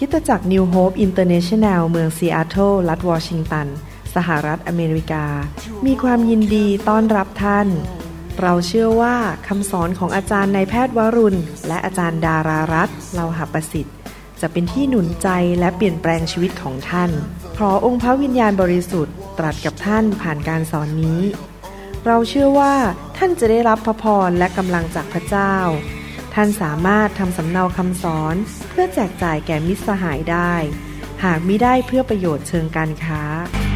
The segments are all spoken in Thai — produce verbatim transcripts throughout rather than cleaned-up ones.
คริสตจักร New Hope International เมืองซีแอตเทิลรัฐวอชิงตันสหรัฐอเมริกามีความยินดีต้อนรับท่านเราเชื่อว่าคำสอนของอาจารย์นายแพทย์วรุณและอาจารย์ดารารัตน์เลาหประสิทธิ์จะเป็นที่หนุนใจและเปลี่ยนแปลงชีวิตของท่านขอองค์พระวิญญาณบริสุทธิ์ตรัสกับท่านผ่านการสอนนี้เราเชื่อว่าท่านจะได้รับพระพรและกำลังจากพระเจ้าท่านสามารถทำสำเนาคำสอนเพื่อแจกจ่ายแก่มิตรสหายได้หากมิได้เพื่อประโยชน์เชิงการค้า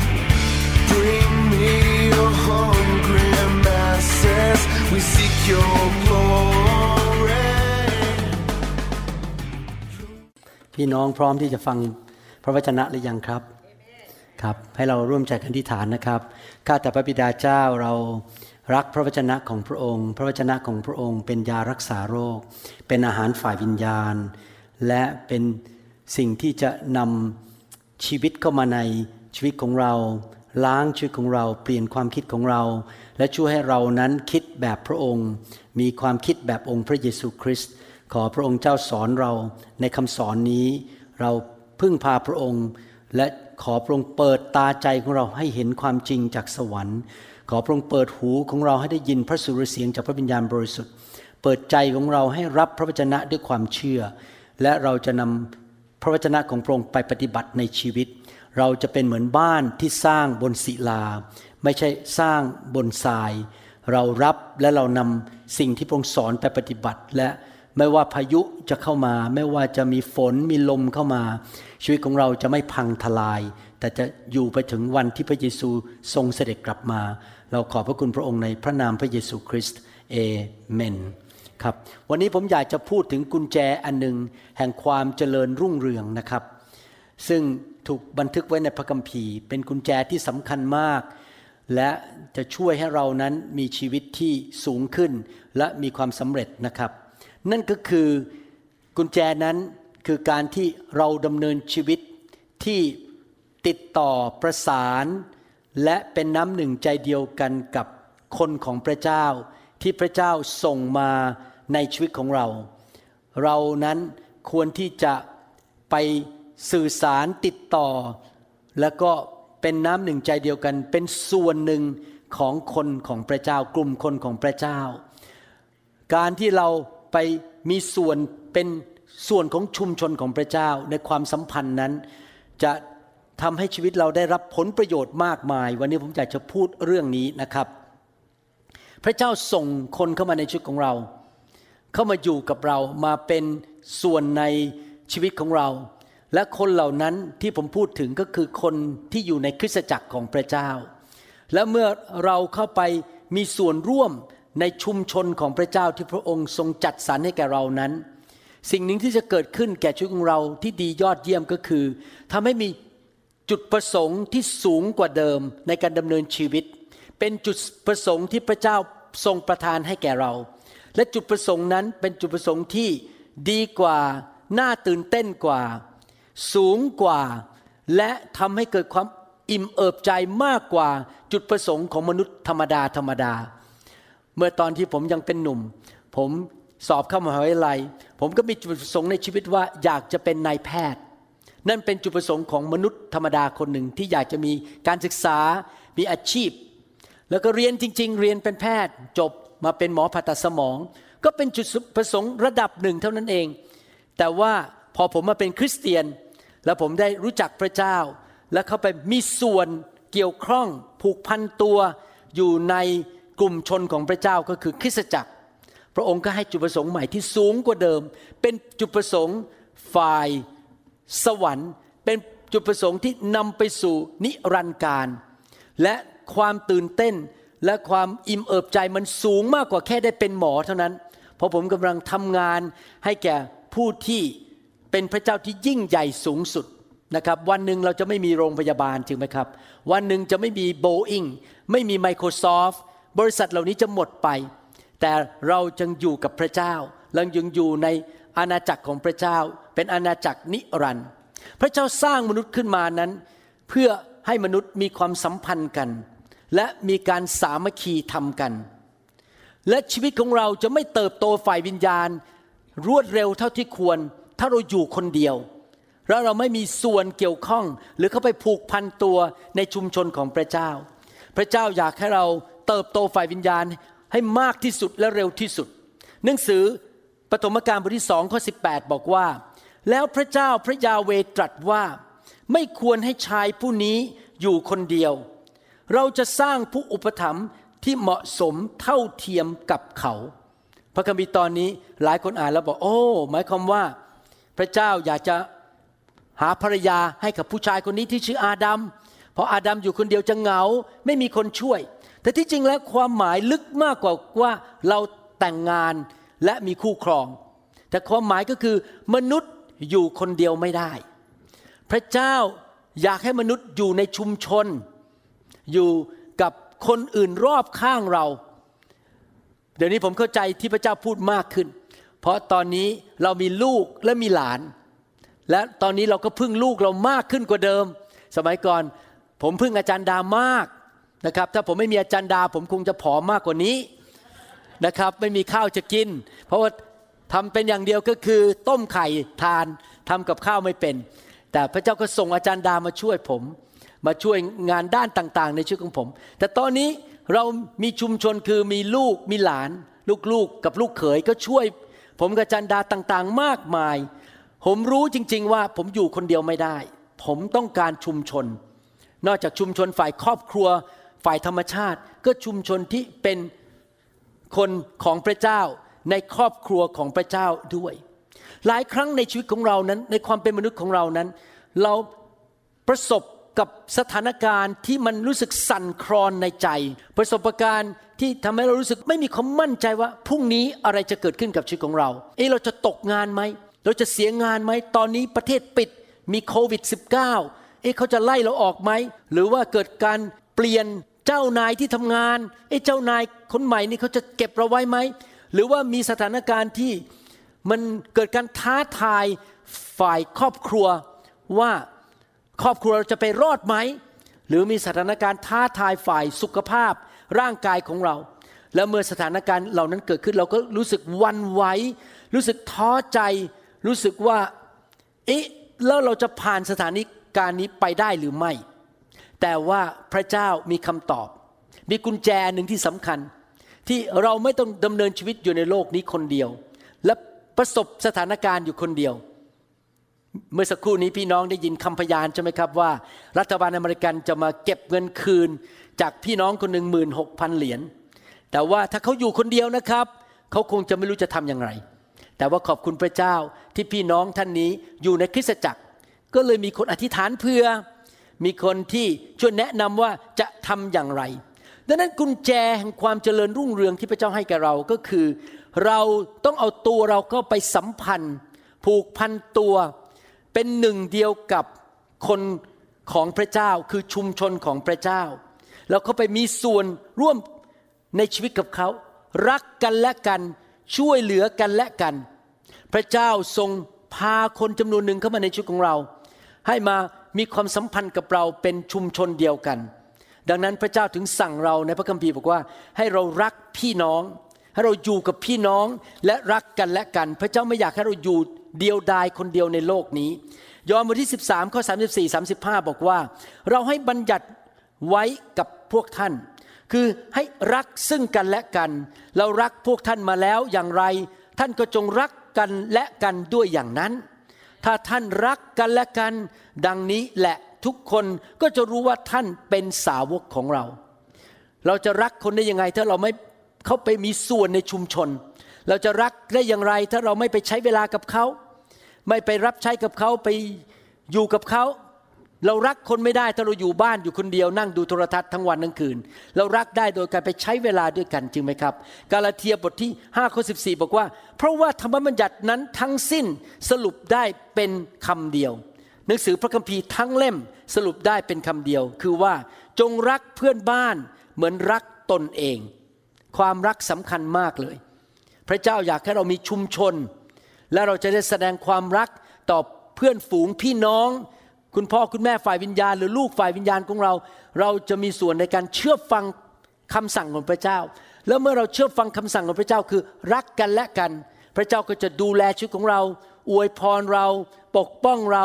พี่น้องพร้อมที่จะฟังพระวจนะหรือยังครับครับให้เราร่วมใจกันอธิษฐานนะครับข้าแต่พระบิดาเจ้าเรารักพระวจนะของพระองค์พระวจนะของพระองค์เป็นยารักษาโรคเป็นอาหารฝ่ายวิญญาณและเป็นสิ่งที่จะนำชีวิตเข้ามาในชีวิตของเราล้างชีวิตของเราเปลี่ยนความคิดของเราและช่วยให้เรานั้นคิดแบบพระองค์มีความคิดแบบองค์พระเยซูคริสต์ขอพระองค์เจ้าสอนเราในคำสอนนี้เราพึ่งพาพระองค์และขอพระองค์เปิดตาใจของเราให้เห็นความจริงจากสวรรค์ขอพระองค์เปิดหูของเราให้ได้ยินพระสุรเสียงจากพระวิญญาณบริสุทธิ์เปิดใจของเราให้รับพระวจนะด้วยความเชื่อและเราจะนำพระวจนะของพระองค์ไปปฏิบัติในชีวิตเราจะเป็นเหมือนบ้านที่สร้างบนศิลาไม่ใช่สร้างบนทรายเรารับและเรานำสิ่งที่พระองค์สอนไปปฏิบัติและไม่ว่าพายุจะเข้ามาไม่ว่าจะมีฝนมีลมเข้ามาชีวิตของเราจะไม่พังทลายแต่จะอยู่ไปถึงวันที่พระเยซูทรงเสด็จกลับมาเราขอบพระคุณพระองค์ในพระนามพระเยซูคริสต์เอเมนครับวันนี้ผมอยากจะพูดถึงกุญแจอันหนึ่งแห่งความเจริญรุ่งเรืองนะครับซึ่งถูกบันทึกไว้ในพระคัมภีร์เป็นกุญแจที่สำคัญมากและจะช่วยให้เรานั้นมีชีวิตที่สูงขึ้นและมีความสำเร็จนะครับนั่นก็คือกุญแจนั้นคือการที่เราดำเนินชีวิตที่ติดต่อประสานและเป็นน้ำหนึ่งใจเดียวกันกับคนของพระเจ้าที่พระเจ้าส่งมาในชีวิตของเราเรานั้นควรที่จะไปสื่อสารติดต่อแล้วก็เป็นน้ำหนึ่งใจเดียวกันเป็นส่วนหนึ่งของคนของพระเจ้ากลุ่มคนของพระเจ้าการที่เราไปมีส่วนเป็นส่วนของชุมชนของพระเจ้าในความสัมพันธ์นั้นจะทำให้ชีวิตเราได้รับผลประโยชน์มากมายวันนี้ผมอยากจะพูดเรื่องนี้นะครับพระเจ้าส่งคนเข้ามาในชีวิตของเราเข้ามาอยู่กับเรามาเป็นส่วนในชีวิตของเราและคนเหล่านั้นที่ผมพูดถึงก็คือคนที่อยู่ในคริสตจักรของพระเจ้าและเมื่อเราเข้าไปมีส่วนร่วมในชุมชนของพระเจ้าที่พระองค์ทรงจัดสรรให้แก่เรานั้นสิ่งหนึ่งที่จะเกิดขึ้นแก่ชีวิตของเราที่ดียอดเยี่ยมก็คือทำให้มีจุดประสงค์ที่สูงกว่าเดิมในการดำเนินชีวิตเป็นจุดประสงค์ที่พระเจ้าทรงประทานให้แก่เราและจุดประสงค์นั้นเป็นจุดประสงค์ที่ดีกว่าน่าตื่นเต้นกว่าสูงกว่าและทำให้เกิดความอิ่มเอิบใจมากกว่าจุดประสงค์ของมนุษย์ธรรมดาธรรมดาเมื่อตอนที่ผมยังเป็นหนุ่มผมสอบเข้ามหาวิทยาลัยผมก็มีจุดประสงค์ในชีวิตว่าอยากจะเป็นนายแพทย์นั่นเป็นจุดประสงค์ของมนุษย์ธรรมดาคนหนึ่งที่อยากจะมีการศึกษามีอาชีพแล้วก็เรียนจริงๆเรียนเป็นแพทย์จบมาเป็นหมอผ่าตัดสมองก็เป็นจุดประสงค์ระดับหนึ่งเท่านั้นเองแต่ว่าพอผมมาเป็นคริสเตียนแล้วผมได้รู้จักพระเจ้าและเข้าไปมีส่วนเกี่ยวข้องผูกพันตัวอยู่ในกลุ่มชนของพระเจ้าก็คือคริสตจักรพระองค์ก็ให้จุดประสงค์ใหม่ที่สูงกว่าเดิมเป็นจุดประสงค์ฝ่ายสวรรค์เป็นจุดประสงค์ที่นำไปสู่นิรันดร์การและความตื่นเต้นและความอิ่มเอิบใจมันสูงมากกว่าแค่ได้เป็นหมอเท่านั้นเพราะผมกำลังทำงานให้แก่ผู้ที่เป็นพระเจ้าที่ยิ่งใหญ่สูงสุดนะครับวันหนึ่งเราจะไม่มีโรงพยาบาลจริงไหมครับวันหนึ่งจะไม่มี Boeing ไม่มี Microsoft บริษัทเหล่านี้จะหมดไปแต่เราจึงอยู่กับพระเจ้าเรายังอยู่ในอาณาจักรของพระเจ้าเป็นอาณาจักรนิรันดร์พระเจ้าสร้างมนุษย์ขึ้นมานั้นเพื่อให้มนุษย์มีความสัมพันธ์กันและมีการสามัคคีทำกันและชีวิตของเราจะไม่เติบโตฝ่ายวิญญาณรวดเร็วเท่าที่ควรถ้าเราอยู่คนเดียวแล้วเราไม่มีส่วนเกี่ยวข้องหรือเข้าไปผูกพันตัวในชุมชนของพระเจ้าพระเจ้าอยากให้เราเติบโตฝ่ายวิญญาณให้มากที่สุดและเร็วที่สุดหนังสือปฐมกาลบทที่สองข้อสิบแปดบอกว่าแล้วพระเจ้าพระยาเวห์ตรัสว่าไม่ควรให้ชายผู้นี้อยู่คนเดียวเราจะสร้างผู้อุปถัมภ์ที่เหมาะสมเท่าเทียมกับเขาพระคัมภีร์ตอนนี้หลายคนอ่านแล้วบอกโอ้หมายความว่าพระเจ้าอยากจะหาภรรยาให้กับผู้ชายคนนี้ที่ชื่ออาดัมเพราะอาดัมอยู่คนเดียวจะเหงาไม่มีคนช่วยแต่ที่จริงแล้วความหมายลึกมากกว่าว่าเราแต่งงานและมีคู่ครองแต่ความหมายก็คือมนุษย์อยู่คนเดียวไม่ได้พระเจ้าอยากให้มนุษย์อยู่ในชุมชนอยู่กับคนอื่นรอบข้างเราเดี๋ยวนี้ผมเข้าใจที่พระเจ้าพูดมากขึ้นเพราะตอนนี้เรามีลูกและมีหลานและตอนนี้เราก็พึ่งลูกเรามากขึ้นกว่าเดิมสมัยก่อนผมพึ่งอาจารย์ดามากนะครับถ้าผมไม่มีอาจารย์ดาผมคงจะผอมมากกว่านี้นะครับไม่มีข้าวจะกินเพราะว่าทำเป็นอย่างเดียวก็คือต้มไข่ทานทำกับข้าวไม่เป็นแต่พระเจ้าก็ส่งอาจารย์ดามาช่วยผมมาช่วยงานด้านต่างๆในชีวิตของผมแต่ตอนนี้เรามีชุมชนคือมีลูกมีหลานลูกๆกับลูกเขยก็ช่วยผมกับอาจารย์ดาต่างๆมากมายผมรู้จริงๆว่าผมอยู่คนเดียวไม่ได้ผมต้องการชุมชนนอกจากชุมชนฝ่ายครอบครัวฝ่ายธรรมชาติก็ชุมชนที่เป็นคนของพระเจ้าในครอบครัวของพระเจ้าด้วยหลายครั้งในชีวิตของเรานั้นในความเป็นมนุษย์ของเรานั้นเราประสบกับสถานการณ์ที่มันรู้สึกสั่นคลอนในใจประสบการณ์ที่ทำให้เรารู้สึกไม่มีความมั่นใจว่าพรุ่งนี้อะไรจะเกิดขึ้นกับชีวิตของเราเอ๊ะเราจะตกงานไหมเราจะเสียงานไหมตอนนี้ประเทศปิดมีโควิด สิบเก้า เอ๊ะเขาจะไล่เราออกไหมหรือว่าเกิดการเปลี่ยนเจ้านายที่ทำงานเอ๊ะเจ้านายคนใหม่นี่เขาจะเก็บเราไว้ไหมหรือว่ามีสถานการณ์ที่มันเกิดการท้าทายฝ่ายครอบครัวว่าครอบครัวเราจะไปรอดไหมหรือมีสถานการณ์ท้าทายฝ่ายสุขภาพร่างกายของเราแล้วเมื่อสถานการณ์เหล่านั้นเกิดขึ้นเราก็รู้สึกหวั่นไหวรู้สึกท้อใจรู้สึกว่าเอ๊ะแล้วเราจะผ่านสถานการณ์นี้ไปได้หรือไม่แต่ว่าพระเจ้ามีคำตอบมีกุญแจหนึ่งที่สำคัญที่เราไม่ต้องดำเนินชีวิตอยู่ในโลกนี้คนเดียวและประสบสถานการณ์อยู่คนเดียวเมื่อสักครู่นี้พี่น้องได้ยินคำพยานใช่ไหมครับว่ารัฐบาลอเมริกันจะมาเก็บเงินคืนจากพี่น้องคนหนึ่งหมื่นหกพันเหรียญแต่ว่าถ้าเขาอยู่คนเดียวนะครับเขาคงจะไม่รู้จะทำอย่างไรแต่ว่าขอบคุณพระเจ้าที่พี่น้องท่านนี้อยู่ในคริสตจักรก็เลยมีคนอธิษฐานเผื่อมีคนที่ช่วยแนะนำว่าจะทำอย่างไรดังนั้นกุญแจแห่งความเจริญรุ่งเรืองที่พระเจ้าให้แก่เราก็คือเราต้องเอาตัวเราเข้าไปสัมพันธ์ผูกพันตัวเป็นหนึ่งเดียวกับคนของพระเจ้าคือชุมชนของพระเจ้าแล้วเข้าไปมีส่วนร่วมในชีวิตกับเขารักกันและกันช่วยเหลือกันและกันพระเจ้าทรงพาคนจำนวนหนึ่งเข้ามาในชีวิตของเราให้มามีความสัมพันธ์กับเราเป็นชุมชนเดียวกันดังนั้นพระเจ้าถึงสั่งเราในพระคัมภีร์บอกว่าให้เรารักพี่น้องให้เราอยู่กับพี่น้องและรักกันและกันพระเจ้าไม่อยากให้เราอยู่เดียวดายคนเดียวในโลกนี้ยอห์นบทที่สิบสามข้อสามสิบสี่ สามสิบห้าบอกว่าเราให้บัญญัติไว้กับพวกท่านคือให้รักซึ่งกันและกันเรารักพวกท่านมาแล้วอย่างไรท่านก็จงรักกันและกันด้วยอย่างนั้นถ้าท่านรักกันและกันดังนี้แหละทุกคนก็จะรู้ว่าท่านเป็นสาวกของเราเราจะรักคนได้ยังไงถ้าเราไม่เข้าไปมีส่วนในชุมชนเราจะรักได้อย่างไรถ้าเราไม่ไปใช้เวลากับเขาไม่ไปรับใช้กับเขาไปอยู่กับเขาเรารักคนไม่ได้ถ้าเราอยู่บ้านอยู่คนเดียวนั่งดูโทรทัศน์ทั้งวันทั้งคืนเรารักได้โดยการไปใช้เวลาด้วยกันจริงไหมครับกาลาเทียบทที่ห้าข้อสิบสี่บอกว่าเพราะว่าธรรมบัญญัตินั้นทั้งสิ้นสรุปได้เป็นคำเดียวหนังสือพระคัมภีร์ทั้งเล่มสรุปได้เป็นคำเดียวคือว่าจงรักเพื่อนบ้านเหมือนรักตนเองความรักสำคัญมากเลยพระเจ้าอยากให้เรามีชุมชนและเราจะได้แสดงความรักต่อเพื่อนฝูงพี่น้องคุณพ่อคุณแม่ฝ่ายวิญญาณหรือลูกฝ่ายวิญญาณของเราเราจะมีส่วนในการเชื่อฟังคำสั่งของพระเจ้าแล้วเมื่อเราเชื่อฟังคำสั่งของพระเจ้าคือรักกันและกันพระเจ้าก็จะดูแลชีวิตของเราอวยพรเราปกป้องเรา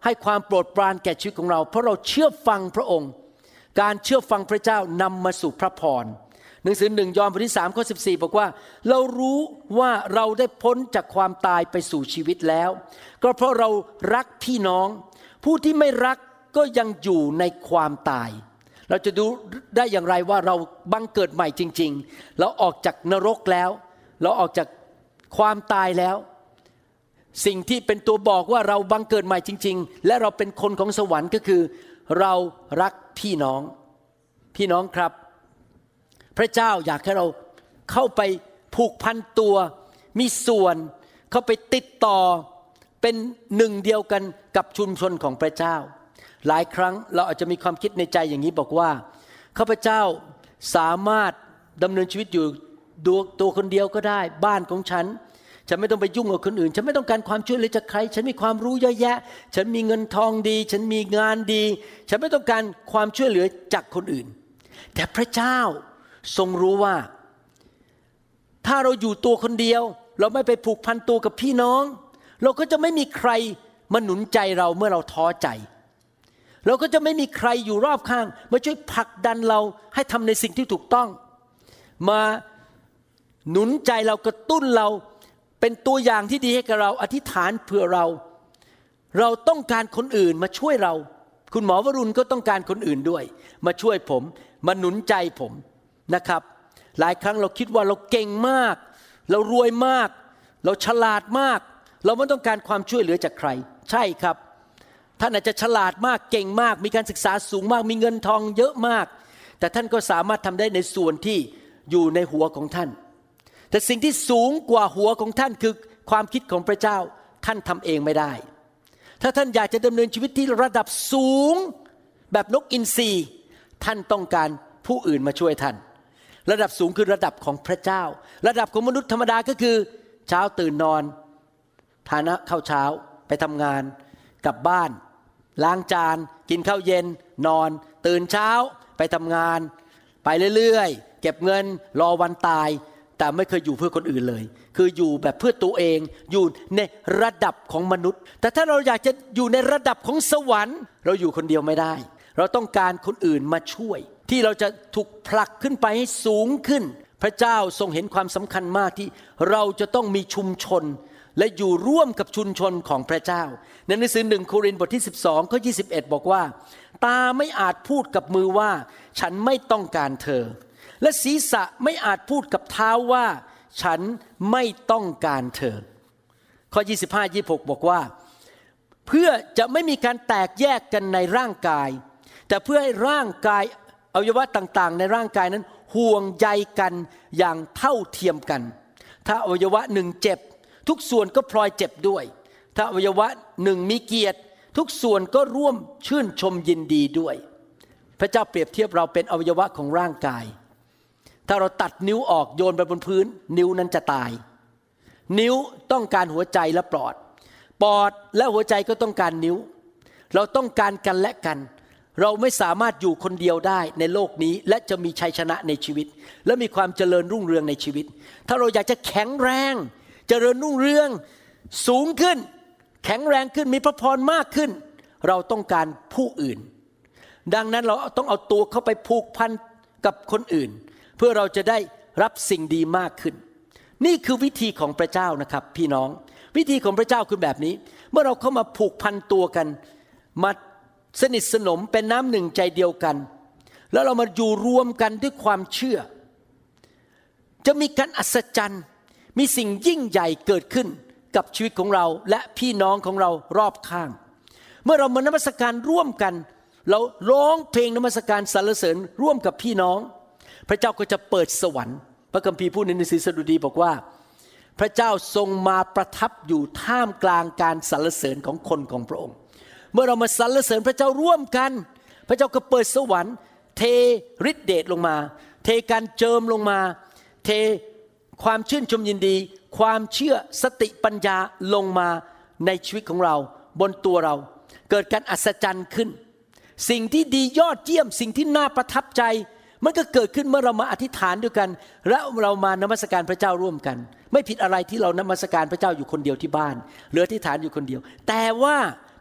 ให้ความโปรดปรานแก่ชีวิตของเราเพราะเราเชื่อฟังพระองค์การเชื่อฟังพระเจ้านำมาสู่พระพรหนังสือหนึ่งยอห์นบทที่สามข้อสิบสี่บอกว่าเรารู้ว่าเราได้พ้นจากความตายไปสู่ชีวิตแล้วก็เพราะเรารักพี่น้องผู้ที่ไม่รักก็ยังอยู่ในความตายเราจะดูได้อย่างไรว่าเราบังเกิดใหม่จริงๆเราออกจากนรกแล้วเราออกจากความตายแล้วสิ่งที่เป็นตัวบอกว่าเราบังเกิดใหม่จริงๆและเราเป็นคนของสวรรค์ก็คือเรารักพี่น้องพี่น้องครับพระเจ้าอยากให้เราเข้าไปผูกพันตัวมีส่วนเข้าไปติดต่อเป็นหนึ่งเดียวกันกับชุมชนของพระเจ้าหลายครั้งเราอาจจะมีความคิดในใจอย่างนี้บอกว่าข้าพเจ้าสามารถดำเนินชีวิตอยู่ตัวคนเดียวก็ได้บ้านของฉันฉันไม่ต้องไปยุ่งกับคนอื่นฉันไม่ต้องการความช่วยเหลือจากใครฉันมีความรู้เยอะแยะฉันมีเงินทองดีฉันมีงานดีฉันไม่ต้องการความช่วยเหลือจากคนอื่นแต่พระเจ้าทรงรู้ว่าถ้าเราอยู่ตัวคนเดียวเราไม่ไปผูกพันตัวกับพี่น้องเราก็จะไม่มีใครมาหนุนใจเราเมื่อเราท้อใจเราก็จะไม่มีใครอยู่รอบข้างมาช่วยผลักดันเราให้ทำในสิ่งที่ถูกต้องมาหนุนใจเรากระตุ้นเราเป็นตัวอย่างที่ดีให้กับเราอธิษฐานเพื่อเราเราต้องการคนอื่นมาช่วยเราคุณหมอวรุณก็ต้องการคนอื่นด้วยมาช่วยผมมาหนุนใจผมนะครับหลายครั้งเราคิดว่าเราเก่งมากเรารวยมากเราฉลาดมากเราไม่ต้องการความช่วยเหลือจากใครใช่ครับท่านอาจจะฉลาดมากเก่งมากมีการศึกษาสูงมากมีเงินทองเยอะมากแต่ท่านก็สามารถทำได้ในส่วนที่อยู่ในหัวของท่านแต่สิ่งที่สูงกว่าหัวของท่านคือความคิดของพระเจ้าท่านทำเองไม่ได้ถ้าท่านอยากจะดำเนินชีวิตที่ระดับสูงแบบนกอินทรีท่านต้องการผู้อื่นมาช่วยท่านระดับสูงคือระดับของพระเจ้าระดับของมนุษย์ธรรมดาก็คือเช้าตื่นนอนทานข้าวเช้าไปทำงานกลับบ้านล้างจานกินข้าวเย็นนอนตื่นเช้าไปทำงานไปเรื่อยๆเก็บเงินรอวันตายแต่ไม่เคยอยู่เพื่อคนอื่นเลยคืออยู่แบบเพื่อตัวเองอยู่ในระดับของมนุษย์แต่ถ้าเราอยากจะอยู่ในระดับของสวรรค์เราอยู่คนเดียวไม่ได้เราต้องการคนอื่นมาช่วยที่เราจะถูกผลักขึ้นไปให้สูงขึ้นพระเจ้าทรงเห็นความสำคัญมากที่เราจะต้องมีชุมชนและอยู่ร่วมกับชุมชนของพระเจ้าในหนังสือหนึ่งโครินธ์บทที่สิบสองข้อยี่สิบเอ็ดบอกว่าตาไม่อาจพูดกับมือว่าฉันไม่ต้องการเธอและศีรษะไม่อาจพูดกับเท้าว่าฉันไม่ต้องการเธอข้อยี่สิบห้า ยี่สิบหกบอกว่าเพื่อจะไม่มีการแตกแยกกันในร่างกายแต่เพื่อให้ร่างกายอวัยวะต่างๆในร่างกายนั้นห่วงใยกันอย่างเท่าเทียมกันถ้าอวัยวะหนึ่งเจ็บทุกส่วนก็พลอยเจ็บด้วยถ้าอวัยวะหนึ่งมีเกียรติทุกส่วนก็ร่วมชื่นชมยินดีด้วยพระเจ้าเปรียบเทียบเราเป็นอวัยวะของร่างกายถ้าเราตัดนิ้วออกโยนไปบนพื้นนิ้วนั้นจะตายนิ้วต้องการหัวใจและปอดปอดและหัวใจก็ต้องการนิ้วเราต้องการกันและกันเราไม่สามารถอยู่คนเดียวได้ในโลกนี้และจะมีชัยชนะในชีวิตและมีความเจริญรุ่งเรืองในชีวิตถ้าเราอยากจะแข็งแรงเจริญรุ่งเรืองสูงขึ้นแข็งแรงขึ้นมีพระพรมากขึ้นเราต้องการผู้อื่นดังนั้นเราต้องเอาตัวเข้าไปผูกพันกับคนอื่นเพื่อเราจะได้รับสิ่งดีมากขึ้นนี่คือวิธีของพระเจ้านะครับพี่น้องวิธีของพระเจ้าคือแบบนี้เมื่อเราเข้ามาผูกพันตัวกันมาสนิทสนมเป็นน้ำหนึ่งใจเดียวกันแล้วเรามาอยู่รวมกันด้วยความเชื่อจะมีการอัศจรรย์มีสิ่งยิ่งใหญ่เกิดขึ้นกับชีวิตของเราและพี่น้องของเรารอบข้างเมื่อเรามานมัสการร่วมกันเราร้องเพลงนมัสการสรรเสริญร่วมกับพี่น้องพระเจ้าก็จะเปิดสวรรค์พระคัมภีร์พูดในหนังสือสดุดีบอกว่าพระเจ้าทรงมาประทับอยู่ท่ามกลางการสรรเสริญของคนของพระองค์เมื่อเรามาสรรเสริญพระเจ้าร่วมกันพระเจ้าก็เปิดสวรรค์เทฤทธิเดชลงมาเทการเจิมลงมาเทความชื่นชมยินดีความเชื่อสติปัญญาลงมาในชีวิตของเราบนตัวเราเกิดการอัศจรรย์ขึ้นสิ่งที่ดียอดเยี่ยมสิ่งที่น่าประทับใจมันก็เกิดขึ้นเมื่อเรามาอธิษฐานด้วยกันและเรามานมัสการพระเจ้าร่วมกันไม่ผิดอะไรที่เรานมัสการพระเจ้าอยู่คนเดียวที่บ้านหรืออธิษฐานอยู่คนเดียวแต่ว่า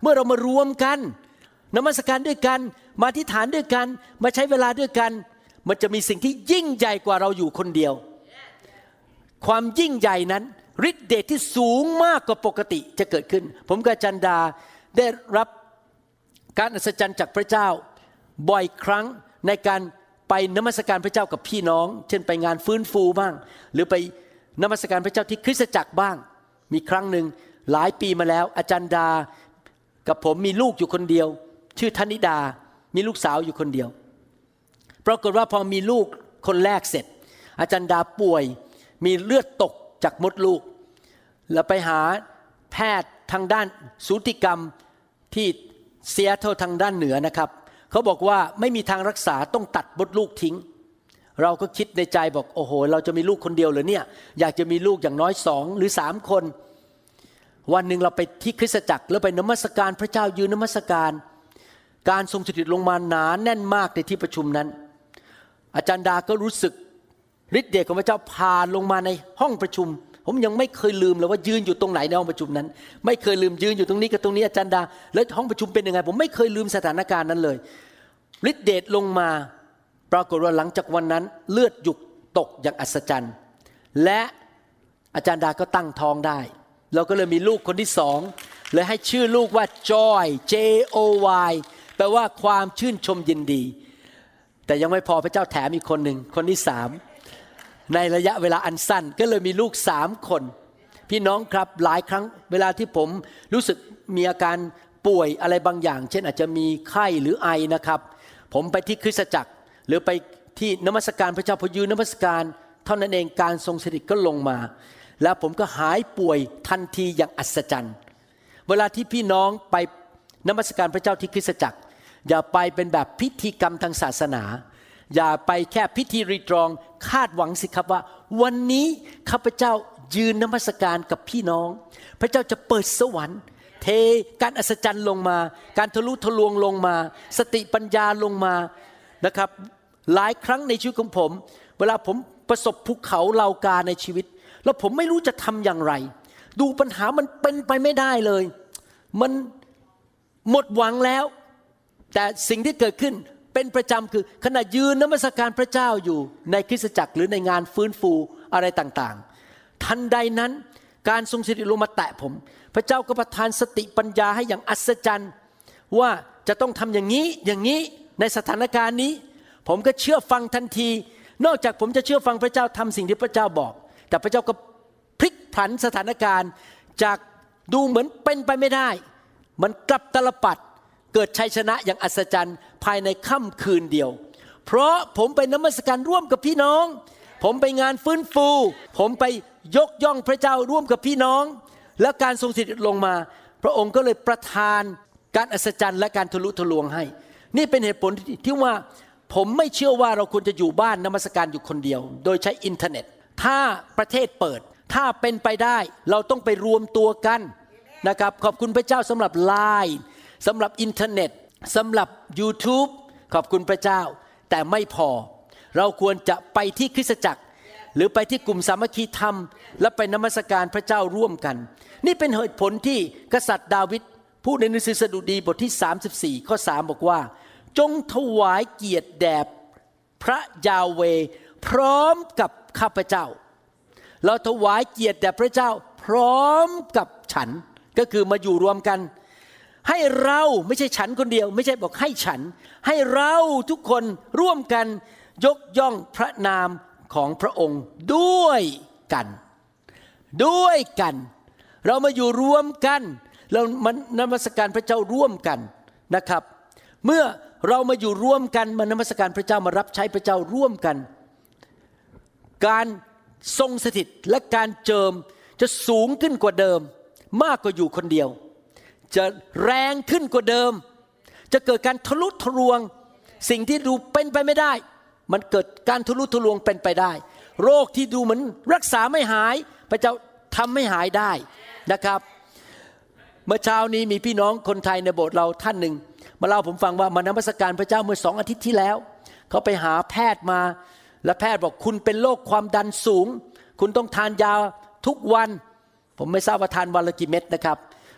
เมื่อเรามารวมกันนมัสการด้วยกันมาอธิษฐานด้วยกันมาใช้เวลาด้วยกันมันจะมีสิ่งที่ยิ่งใหญ่กว่าเราอยู่คนเดียวความยิ่งใหญ่นั้นฤทธิ์เดชที่สูงมากกว่าปกติจะเกิดขึ้นผมกับจันดาได้รับการอัศจรรย์จากพระเจ้าบ่อยครั้งในการไปนมัสการพระเจ้ากับพี่น้องเช่นไปงานฟื้นฟูบ้างหรือไปนมัสการพระเจ้าที่คริสตจักรบ้างมีครั้งหนึ่งหลายปีมาแล้วอาจารย์ดากับผมมีลูกอยู่คนเดียวชื่อธนิดามีลูกสาวอยู่คนเดียวปรากฏว่าพอมีลูกคนแรกเสร็จอาจารย์ดาป่วยมีเลือดตกจากมดลูกแล้วไปหาแพทย์ทางด้านสูติกรรมที่เซียโตรทางด้านเหนือนะครับเขาบอกว่าไม่มีทางรักษาต้องตัดมดลูกทิ้งเราก็คิดในใจบอกโอ้โหเราจะมีลูกคนเดียวเหรอเนี่ยอยากจะมีลูกอย่างน้อยสองหรือสามคนวันหนึ่งเราไปที่คริสตจักรแล้วไปนมัสการพระเจ้ายืนนมัสการการทรงสถิตลงมาหนาแน่นมากในที่ประชุมนั้นอาจารย์ดาก็รู้สึกฤทธิ์เดชของพระเจ้าผ่านลงมาในห้องประชุมผมยังไม่เคยลืมเลยว่ายืนอยู่ตรงไหนในห้องประชุมนั้นไม่เคยลืมยืนอยู่ตรงนี้กับตรงนี้อาจารย์ดาแล้วห้องประชุมเป็นยังไงผมไม่เคยลืมสถานการณ์นั้นเลยฤทธิ์เดชลงมาปรากฏว่าหลังจากวันนั้นเลือดหยุดตกอย่างอัศจรรย์และอาจารย์ดาก็ตั้งท้องได้เราก็เลยมีลูกคนที่สองเลยให้ชื่อลูกว่า Joy J O Y แปลว่าความชื่นชมยินดีแต่ยังไม่พอพระเจ้าแถมอีกคนหนึ่งคนที่สามในระยะเวลาอันสั้นก็เลยมีลูกสามคนพี่น้องครับหลายครั้งเวลาที่ผมรู้สึกมีอาการป่วยอะไรบางอย่างเช่นอาจจะมีไข้หรือไอนะครับผมไปที่คริสตจักรหรือไปที่นมัสการพระเจ้าพอยืนนมัสการเท่านั้นเองการทรงสถิตก็ลงมาแล้วผมก็หายป่วยทันทีอย่างอัศจรรย์เวลาที่พี่น้องไปนมัสการพระเจ้าที่คริสตจักรอย่าไปเป็นแบบพิธีกรรมทางศาสนาอย่าไปแค่พิธีรีตรองคาดหวังสิครับว่าวันนี้ข้าพเจ้ายืนนมัสการกับพี่น้องพระเจ้าจะเปิดสวรรค์เทการอัศจรรย์ลงมาการทะลุทะลวงลงมาสติปัญญาลงมานะครับหลายครั้งในชีวิตของผมเวลาผมประสบภูเขาเหล่ากาในชีวิตแล้วผมไม่รู้จะทำอย่างไรดูปัญหามันเป็นไปไม่ได้เลยมันหมดหวังแล้วแต่สิ่งที่เกิดขึ้นเป็นประจำคือขณะยืนนมัสการพระเจ้าอยู่ในคริสตจักรหรือในงานฟื้นฟูอะไรต่างๆทันใดนั้นการทรงสถิตลงมาแตะผมพระเจ้าก็ประทานสติปัญญาให้อย่างอัศจรรย์ว่าจะต้องทำอย่างนี้อย่างนี้ในสถานการณ์นี้ผมก็เชื่อฟังทันทีนอกจากผมจะเชื่อฟังพระเจ้าทำสิ่งที่พระเจ้าบอกแต่พระเจ้าก็พลิกผันสถานการณ์จากดูเหมือนเป็นไปไม่ได้มันกลับตลปัดเกิดชัยชนะอย่างอัศจรรย์ภายในค่ำคืนเดียวเพราะผมไปนมัสการร่วมกับพี่น้องผมไปงานฟื้นฟูผมไปยกย่องพระเจ้าร่วมกับพี่น้องและการทรงสถิตลงมาพระองค์ก็เลยประทานการอัศจรรย์และการทะลุทะลวงให้นี่เป็นเหตุผลที่ว่าผมไม่เชื่อว่าเราควรจะอยู่บ้านนมัสการอยู่คนเดียวโดยใช้อินเทอร์เน็ตถ้าประเทศเปิดถ้าเป็นไปได้เราต้องไปรวมตัวกันนะครับขอบคุณพระเจ้าสำหรับ ไลน์ สำหรับอินเทอร์เน็ตสำหรับ YouTube ขอบคุณพระเจ้าแต่ไม่พอเราควรจะไปที่คริสตจักรหรือไปที่กลุ่มสามัคคีธรรมและไปนมัสการพระเจ้าร่วมกันนี่เป็นเหตุผลที่กษัตริย์ดาวิดพูดในหนังสือสดุดีบทที่สามสิบสี่ข้อสามบอกว่าจงถวายเกียรติแด่พระยาเวห์พร้อมกับข้าพเจ้าเราถวายเกียรติแด่พระเจ้าพร้อมกับฉันก็คือมาอยู่รวมกันให้เราไม่ใช่ฉันคนเดียวไม่ใช่บอกให้ฉันให้เราทุกคนร่วมกันยกย่องพระนามของพระองค์ด้วยกันด้วยกันเรามาอยู่รวมกันเรามานมัสการพระเจ้าร่วมกันนะครับเมื่อเรามาอยู่ร่วมกันมานมัสการพระเจ้ามารับใช้พระเจ้าร่วมกันการทรงสถิตและการเจิมจะสูงขึ้นกว่าเดิมมากกว่าอยู่คนเดียวจะแรงขึ้นกว่าเดิมจะเกิดการทะลุทะลวงสิ่งที่ดูเป็นไปไม่ได้มันเกิดการทะลุทะลวงเป็นไปได้โรคที่ดูเหมือนรักษาไม่หายพระเจ้าทำให้หายได้นะครับเมื่อเช้านี้มีพี่น้องคนไทยในโบสถ์เราท่านหนึ่งมาเล่าผมฟังว่ามานมัสการพระเจ้าเมื่อสองอาทิตย์ที่แล้วเขาไปหาแพทย์มาและแพทย์บอกคุณเป็นโรคความดันสูงคุณต้องทานยาทุกวันผมไม่ทราบว่าทานวันละกี่เม็ดนะครับ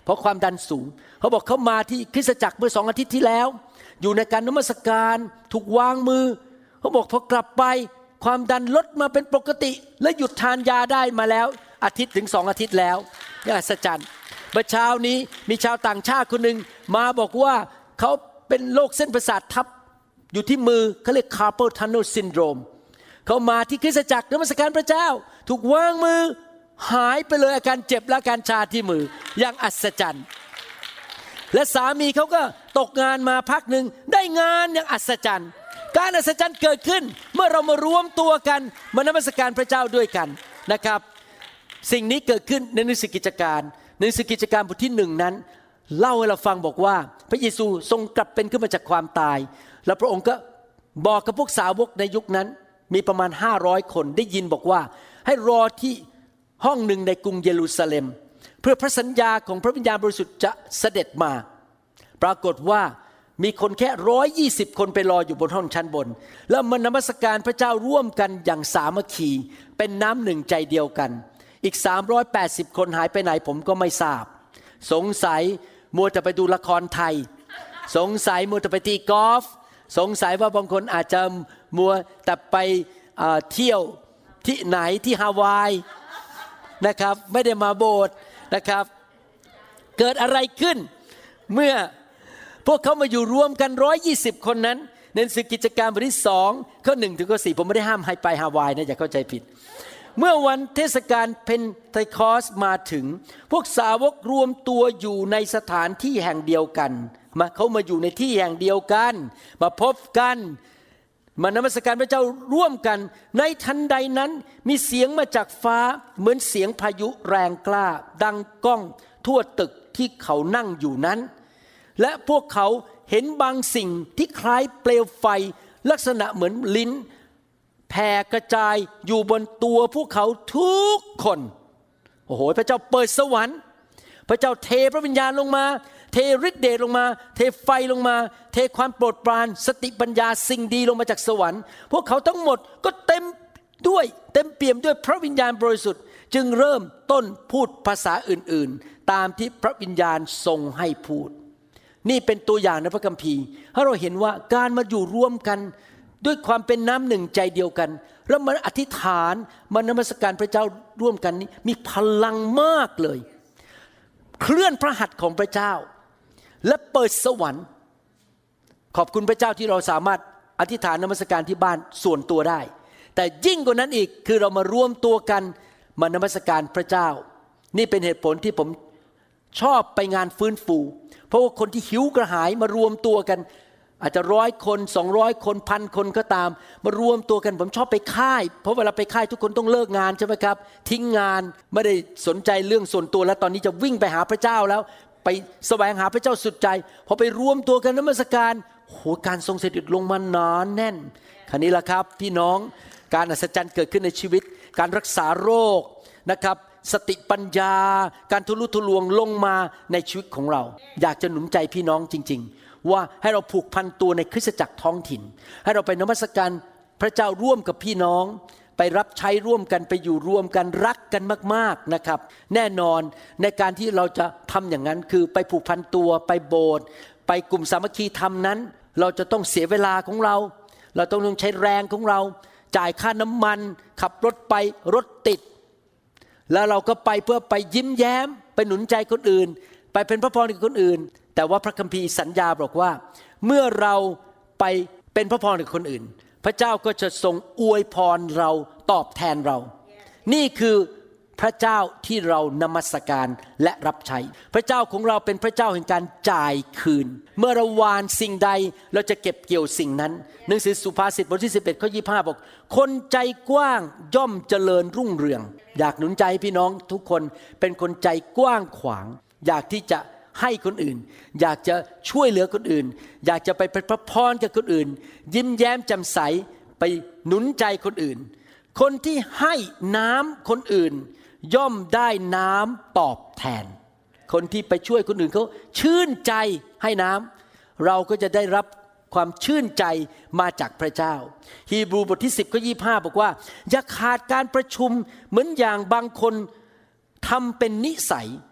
เพราะความดันสูงเขาบอกเขามาที่คริสตจักรเมื่อสองอาทิตย์ที่แล้วอยู่ในการนมัสการถูกวางมือเขาบอกพอกลับไปความดันลดมาเป็นปกติและหยุดทานยาได้มาแล้วอาทิตย์ถึงสองอาทิตย์แล้วนี่อัศจรรย์เมื่อเช้านี้มีชาวต่างชาติคนหนึ่งมาบอกว่าเขาเป็นโรคเส้นประสาททับอยู่ที่มือเขาเรียก carpal tunnel syndrome เขามาที่คริสตจักรนมัสการพระเจ้าถูกวางมือหายไปเลยอาการเจ็บและอาการชาที่มืออย่างอัศจรรย์และสามีเขาก็ตกงานมาพักหนึ่งได้งานอย่างอัศจรรย์การอัศจรรย์เกิดขึ้นเมื่อเรามารวมตัวกันมานมัสการพระเจ้าด้วยกันนะครับสิ่งนี้เกิดขึ้นในหนังสือกิจการในหนังสือกิจการบทที่หนึ่งนั้นเล่าให้เราฟังบอกว่าพระเยซูทรงกลับเป็นขึ้นมาจากความตายแล้วพระองค์ก็บอกกับพวกสาวกในยุคนั้นมีประมาณห้าร้อยคนได้ยินบอกว่าให้รอที่ห้องหนึ่งในกรุงเยรูซาเล็มเพื่อพระสัญญาของพระวิญญาณบริสุทธิ์จะเสด็จมาปรากฏว่ามีคนแค่หนึ่งร้อยยี่สิบคนไปรออยู่บนห้องชั้นบนแล้วมานมัสการพระเจ้าร่วมกันอย่างสามัคคีเป็นน้ำหนึ่งใจเดียวกันอีกสามร้อยแปดสิบคนหายไปไหนผมก็ไม่ทราบสงสัยมัวแต่ไปดูละครไทยสงสัยมัวแต่ไปตีกอล์ฟสงสัยว่าบางคนอาจจะมัวแต่ไปเที่ยวที่ไหนที่ฮาวายนะครับไม่ได้มาโบสถ์นะครับเกิดอะไรขึ้นเมื่อพวกเขามาอยู่รวมกันหนึ่งร้อยยี่สิบคนนั้นในหนังสือกิจการบทที่สองข้อหนึ่งถึงข้อสี่ผมไม่ได้ห้ามให้ไปฮาวายนะอย่าเข้าใจผิดเมื่อวันเทศกาลเพนเทคอสมาถึงพวกสาวกรวมตัวอยู่ในสถานที่แห่งเดียวกันมาเขามาอยู่ในที่แห่งเดียวกันมาพบกันมานมัสการพระเจ้าร่วมกันในทันใดนั้นมีเสียงมาจากฟ้าเหมือนเสียงพายุแรงกล้าดังก้องทั่วตึกที่เขานั่งอยู่นั้นและพวกเขาเห็นบางสิ่งที่คล้ายเปลวไฟลักษณะเหมือนลิ้นแผ่กระจายอยู่บนตัวพวกเขาทุกคนโอ้โหพระเจ้าเปิดสวรรค์พระเจ้าเทพระวิญญาณลงมาเทฤทธิ์เดชลงมาเทไฟลงมาเทความโปรดปรานสติปัญญาสิ่งดีลงมาจากสวรรค์พวกเขาทั้งหมดก็เต็มด้วยเต็มเปี่ยมด้วยพระวิญญาณบริสุทธิ์จึงเริ่มต้นพูดภาษาอื่นๆตามที่พระวิญญาณทรงให้พูดนี่เป็นตัวอย่างในพระคัมภีร์ให้เราเห็นว่าการมาอยู่ร่วมกันด้วยความเป็นน้ำหนึ่งใจเดียวกันแล้วมาอธิษฐานมานมัสการพระเจ้าร่วมกันนี้มีพลังมากเลยเคลื่อนพระหัตถ์ของพระเจ้าและเปิดสวรรค์ขอบคุณพระเจ้าที่เราสามารถอธิษฐานนมัสการที่บ้านส่วนตัวได้แต่ยิ่งกว่านั้นอีกคือเรามารวมตัวกันมานมัสการพระเจ้านี่เป็นเหตุผลที่ผมชอบไปงานฟื้นฟูเพราะว่าคนที่หิวกระหายมารวมตัวกันอาจจะร้อยคนสองร้อยคนพันคนก็ตามมารวมตัวกันผมชอบไปค่ายเพราะเวลาไปค่ายทุกคนต้องเลิกงานใช่ไหมครับทิ้งงานไม่ได้สนใจเรื่องส่วนตัวแล้วตอนนี้จะวิ่งไปหาพระเจ้าแล้วไปแสวงหาพระเจ้าสุดใจพอไปรวมตัวกันนมัสการโอ้โหการทรงสถิตลงมาหนาแน่นคราวนี้ล่ะครับพี่น้องการอัศจรรย์เกิดขึ้นในชีวิตการรักษาโรคนะครับสติปัญญาการทะลุทะลวงลงมาในชีวิตของเราอยากจะหนุนใจพี่น้องจริงๆว่าให้เราผูกพันตัวในคริสตจักรท้องถิ่นให้เราไปนมัสการพระเจ้าร่วมกับพี่น้องไปรับใช้ร่วมกันไปอยู่ร่วมกันรักกันมากๆนะครับแน่นอนในการที่เราจะทำอย่างนั้นคือไปผูกพันตัวไปโบสถ์ไปกลุ่มสามัคคีธรรมนั้นเราจะต้องเสียเวลาของเราเราต้องใช้แรงของเราจ่ายค่าน้ำมันขับรถไปรถติดแล้วเราก็ไปเพื่อไปยิ้มแย้มไปหนุนใจคนอื่นไปเป็นพระพรกับคนอื่นแต่ว่าพระคัมภีร์สัญญาบอกว่าเมื่อเราไปเป็นพระพรกับคนอื่นพระเจ้าก็จะทรงอวยพรเราตอบแทนเรา yeah. นี่คือพระเจ้าที่เรานมัสการและรับใช้พระเจ้าของเราเป็นพระเจ้าแห่งการจ่ายคืนเมื่อเราหว่านสิ่งใดเราจะเก็บเกี่ยวสิ่งนั้น yeah. หนังสือสุภาษิตบทที่สิบเอ็ดข้อยี่สิบห้าบอกคนใจกว้างย่อมเจริญรุ่งเรือง yeah. อยากหนุนใจพี่น้องทุกคนเป็นคนใจกว้างขวางอยากที่จะให้คนอื่นอยากจะช่วยเหลือคนอื่นอยากจะไปเป็นพระพรกับคนอื่นยิ้มแย้มแจ่มใสไปหนุนใจคนอื่นคนที่ให้น้ำคนอื่นย่อมได้น้ำตอบแทนคนที่ไปช่วยคนอื่นเขาชื่นใจให้น้ำเราก็จะได้รับความชื่นใจมาจากพระเจ้าฮีบรูบทที่สิบข้อยี่สิบห้าบอกว่าอย่าขาดการประชุมเหมือนอย่างบางคนทำเป็นนิสัย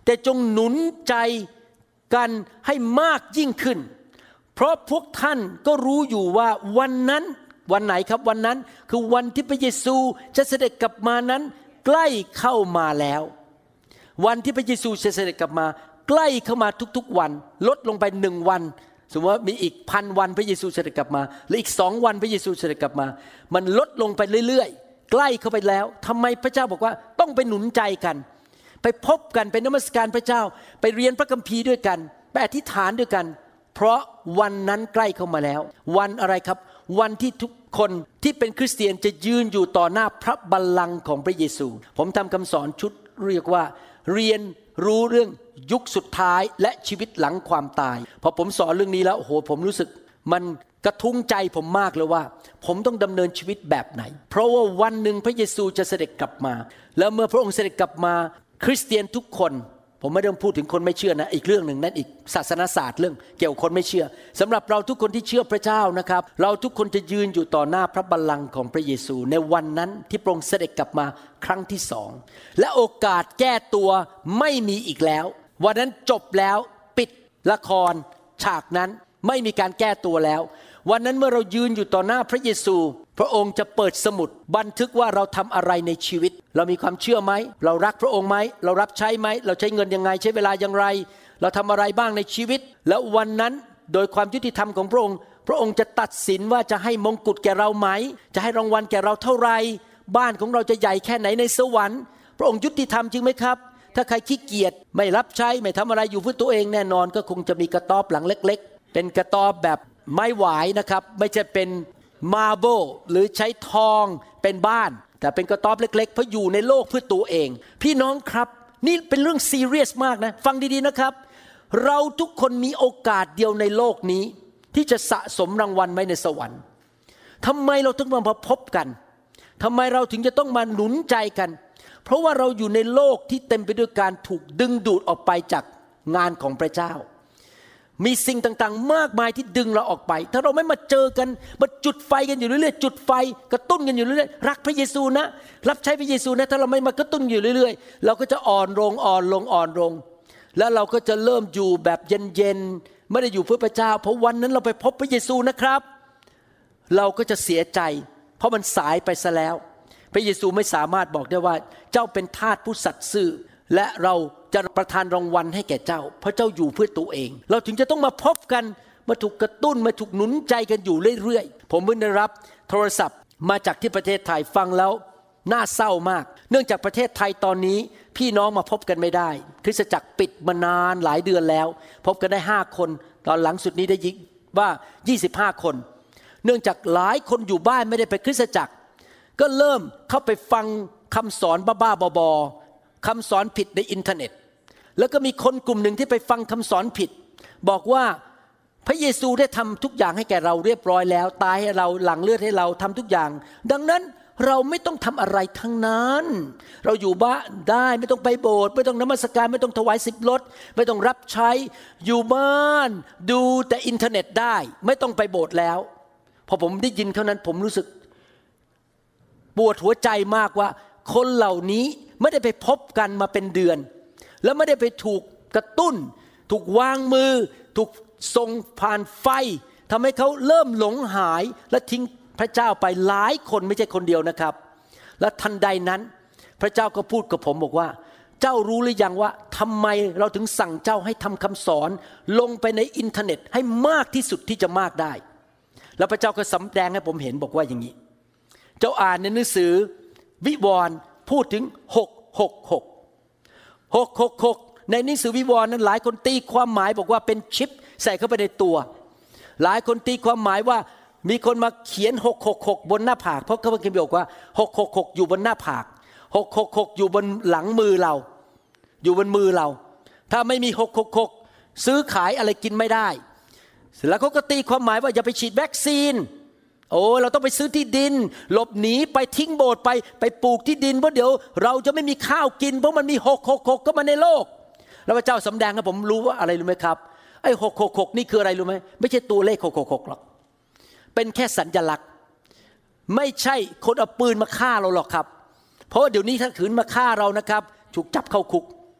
แต่จงหนุนใจกันให้มากยิ่งขึ้นเพราะพวกท่านก็รู้อยู่ว่าวันนั้นวันไหนครับวันนั้นคือวันที่พระเยซูจะเสด็จกลับมานั้นใกล้เข้ามาแล้ววันที่พระเยซูจะเสด็จกลับมาใกล้เข้ามาทุกๆวันลดลงไปหนึ่งวันสมมติว่ามีอีกพันวันพระเยซูเสด็จกลับมาหรืออีกสองวันพระเยซูเสด็จกลับมามันลดลงไปเรื่อยๆใกล้เข้าไปแล้วทำไมพระเจ้าบอกว่าต้องไปหนุนใจกันไปพบกันไปนมัสการพระเจ้าไปเรียนพระคัมภีร์ด้วยกันไปอธิษฐานด้วยกันเพราะวันนั้นใกล้เข้ามาแล้ววันอะไรครับวันที่ทุกคนที่เป็นคริสเตียนจะยืนอยู่ต่อหน้าพระบัลลังก์ของพระเยซูผมทำคำสอนชุดเรียกว่าเรียนรู้เรื่องยุคสุดท้ายและชีวิตหลังความตายพอผมสอนเรื่องนี้แล้วโอ้โหผมรู้สึกมันกระทุ้งใจผมมากเลยว่าผมต้องดำเนินชีวิตแบบไหนเพราะว่าวันหนึ่งพระเยซูจะเสด็จกลับมาแล้วเมื่อพระองค์เสด็จกลับมาคริสเตียนทุกคนผมไม่ได้พูดถึงคนไม่เชื่อนะอีกเรื่องหนึ่งนั่นอีกศาสนศาสตร์เรื่องเกี่ยวกับคนไม่เชื่อสำหรับเราทุกคนที่เชื่อพระเจ้านะครับเราทุกคนจะยืนอยู่ต่อหน้าพระบัลลังก์ของพระเยซูในวันนั้นที่พระองค์เสด็จกลับมาครั้งที่สองและโอกาสแก้ตัวไม่มีอีกแล้ววันนั้นจบแล้วปิดละครฉากนั้นไม่มีการแก้ตัวแล้ววันนั้นเมื่อเรายืนอยู่ต่อหน้าพระเยซูพระองค์จะเปิดสมุดบันทึกว่าเราทำอะไรในชีวิตเรามีความเชื่อไหมเรารักพระองค์ไหมเรารับใช้ไหมเราใช้เงินยังไงใช้เวลาอย่างไรเราทำอะไรบ้างในชีวิตแล้ววันนั้นโดยความยุติธรรมของพระองค์พระองค์จะตัดสินว่าจะให้มงกุฎแก่เราไหมจะให้รางวัลแก่เราเท่าไรบ้านของเราจะใหญ่แค่ไหนในสวรรค์พระองค์ยุติธรรมจริงไหมครับถ้าใครขี้เกียจไม่รับใช้ไม่ทำอะไรอยู่เพื่อตัวเองแน่นอนก็คงจะมีกระต๊อบหลังเล็กๆเป็นกระต๊อบแบบไม้หวายนะครับไม่ใช่เป็นมาร์เบิลหรือใช้ทองเป็นบ้านแต่เป็นกระต๊อบเล็กๆเพราะอยู่ในโลกเพื่อตัวเองพี่น้องครับนี่เป็นเรื่องซีเรียสมากนะฟังดีๆนะครับเราทุกคนมีโอกาสเดียวในโลกนี้ที่จะสะสมรางวัลไว้ในสวรรค์ทำไมเราต้องมาพบกันทำไมเราถึงจะต้องมาหนุนใจกันเพราะว่าเราอยู่ในโลกที่เต็มไปด้วยการถูกดึงดูดออกไปจากงานของพระเจ้ามีสิ่งต่างๆมากมายที่ดึงเราออกไปถ้าเราไม่มาเจอกันมาจุดไฟกันอยู่เรื่อยๆจุดไฟกระตุ้นกันอยู่เรื่อยๆรักพระเยซูนะรับใช้พระเยซูนะถ้าเราไม่มากระตุ้นอยู่เรื่อยๆเราก็จะอ่อนลงอ่อนลงอ่อนลงแล้วเราก็จะเริ่มอยู่แบบเย็นๆไม่ได้อยู่เพื่อพระเจ้าเพราะวันนั้นเราไปพบพระเยซูนะครับเราก็จะเสียใจเพราะมันสายไปซะแล้วพระเยซูไม่สามารถบอกได้ว่าเจ้าเป็นทาสผู้สัตย์ซื่อและเราจะประทานรางวัลให้แก่เจ้าเพราะเจ้าอยู่เพื่อตัวเองเราถึงจะต้องมาพบกันมาถูกกระตุ้นมาถูกหนุนใจกันอยู่เรื่อยๆผมเพิ่งได้รับโทรศัพท์มาจากที่ประเทศไทยฟังแล้วน่าเศร้ามากเนื่องจากประเทศไทยตอนนี้พี่น้องมาพบกันไม่ได้คริสตจักรปิดมานานหลายเดือนแล้วพบกันได้ห้าคนตอนหลังสุดนี้ได้ยินว่ายี่สิบห้าคนเนื่องจากหลายคนอยู่บ้านไม่ได้ไปคริสตจักรก็เริ่มเข้าไปฟังคำสอนบ้าๆบอๆคำสอนผิดในอินเทอร์เน็ตแล้วก็มีคนกลุ่มหนึ่งที่ไปฟังคำสอนผิดบอกว่าพระเยซูได้ทำทุกอย่างให้แก่เราเรียบร้อยแล้วตายให้เราหลั่งเลือดให้เราทำทุกอย่างดังนั้นเราไม่ต้องทำอะไรทั้งนั้นเราอยู่บ้านได้ไม่ต้องไปโบสถ์ไม่ต้องนมัสการไม่ต้องถวายสิบลดไม่ต้องรับใช้อยู่บ้านดูแต่อินเทอร์เน็ตได้ไม่ต้องไปโบสถ์แล้วพอผมได้ยินเท่านั้นผมรู้สึกปวดหัวใจมากว่าคนเหล่านี้ไม่ได้ไปพบกันมาเป็นเดือนแล้วไม่ได้ไปถูกกระตุ้นถูกวางมือถูกส่งผ่านไฟทำให้เขาเริ่มหลงหายและทิ้งพระเจ้าไปหลายคนไม่ใช่คนเดียวนะครับและทันใดนั้นพระเจ้าก็พูดกับผมบอกว่าเจ้ารู้หรือยังว่าทำไมเราถึงสั่งเจ้าให้ทำคำสอนลงไปในอินเทอร์เน็ตให้มากที่สุดที่จะมากได้แล้วพระเจ้าก็สำแดงให้ผมเห็นบอกว่าอย่างนี้เจ้าอ่านในหนังสือวิวรณ์พูดถึงหก หก หก หก หก หกในหนังสือวิวรณ์นั้นหลายคนตีความหมายบอกว่าเป็นชิปใส่เข้าไปในตัวหลายคนตีความหมายว่ามีคนมาเขียนหก หก หกบนหน้าผากเพราะเขาเขียนบอกว่าหก หก หกอยู่บนหน้าผากหก หก หกอยู่บนหลังมือเราอยู่บนมือเราถ้าไม่มีหก หก หกซื้อขายอะไรกินไม่ได้เสร็จแล้วเขาก็ตีความหมายว่าอย่าไปฉีดวัคซีนโอ้เราต้องไปซื้อที่ดินหลบหนีไปทิ้งโบสถ์ไปไปปลูกที่ดินเพราะเดี๋ยวเราจะไม่มีข้าวกินเพราะมันมีหก หก หกก็มาในโลกแล้วพระเจ้าสำแดงให้ผมรู้ว่าอะไรรู้ไหมครับไอ้หก หก หกนี่คืออะไรรู้ไหมไม่ใช่ตัวเลขหก หก หกหรอกเป็นแค่สัญลักษณ์ไม่ใช่คนเอาปืนมาฆ่าเราหรอกครับเพราะเดี๋ยวนี้ถ้าขืนมาฆ่าเรานะครับถูกจับเข้าคุก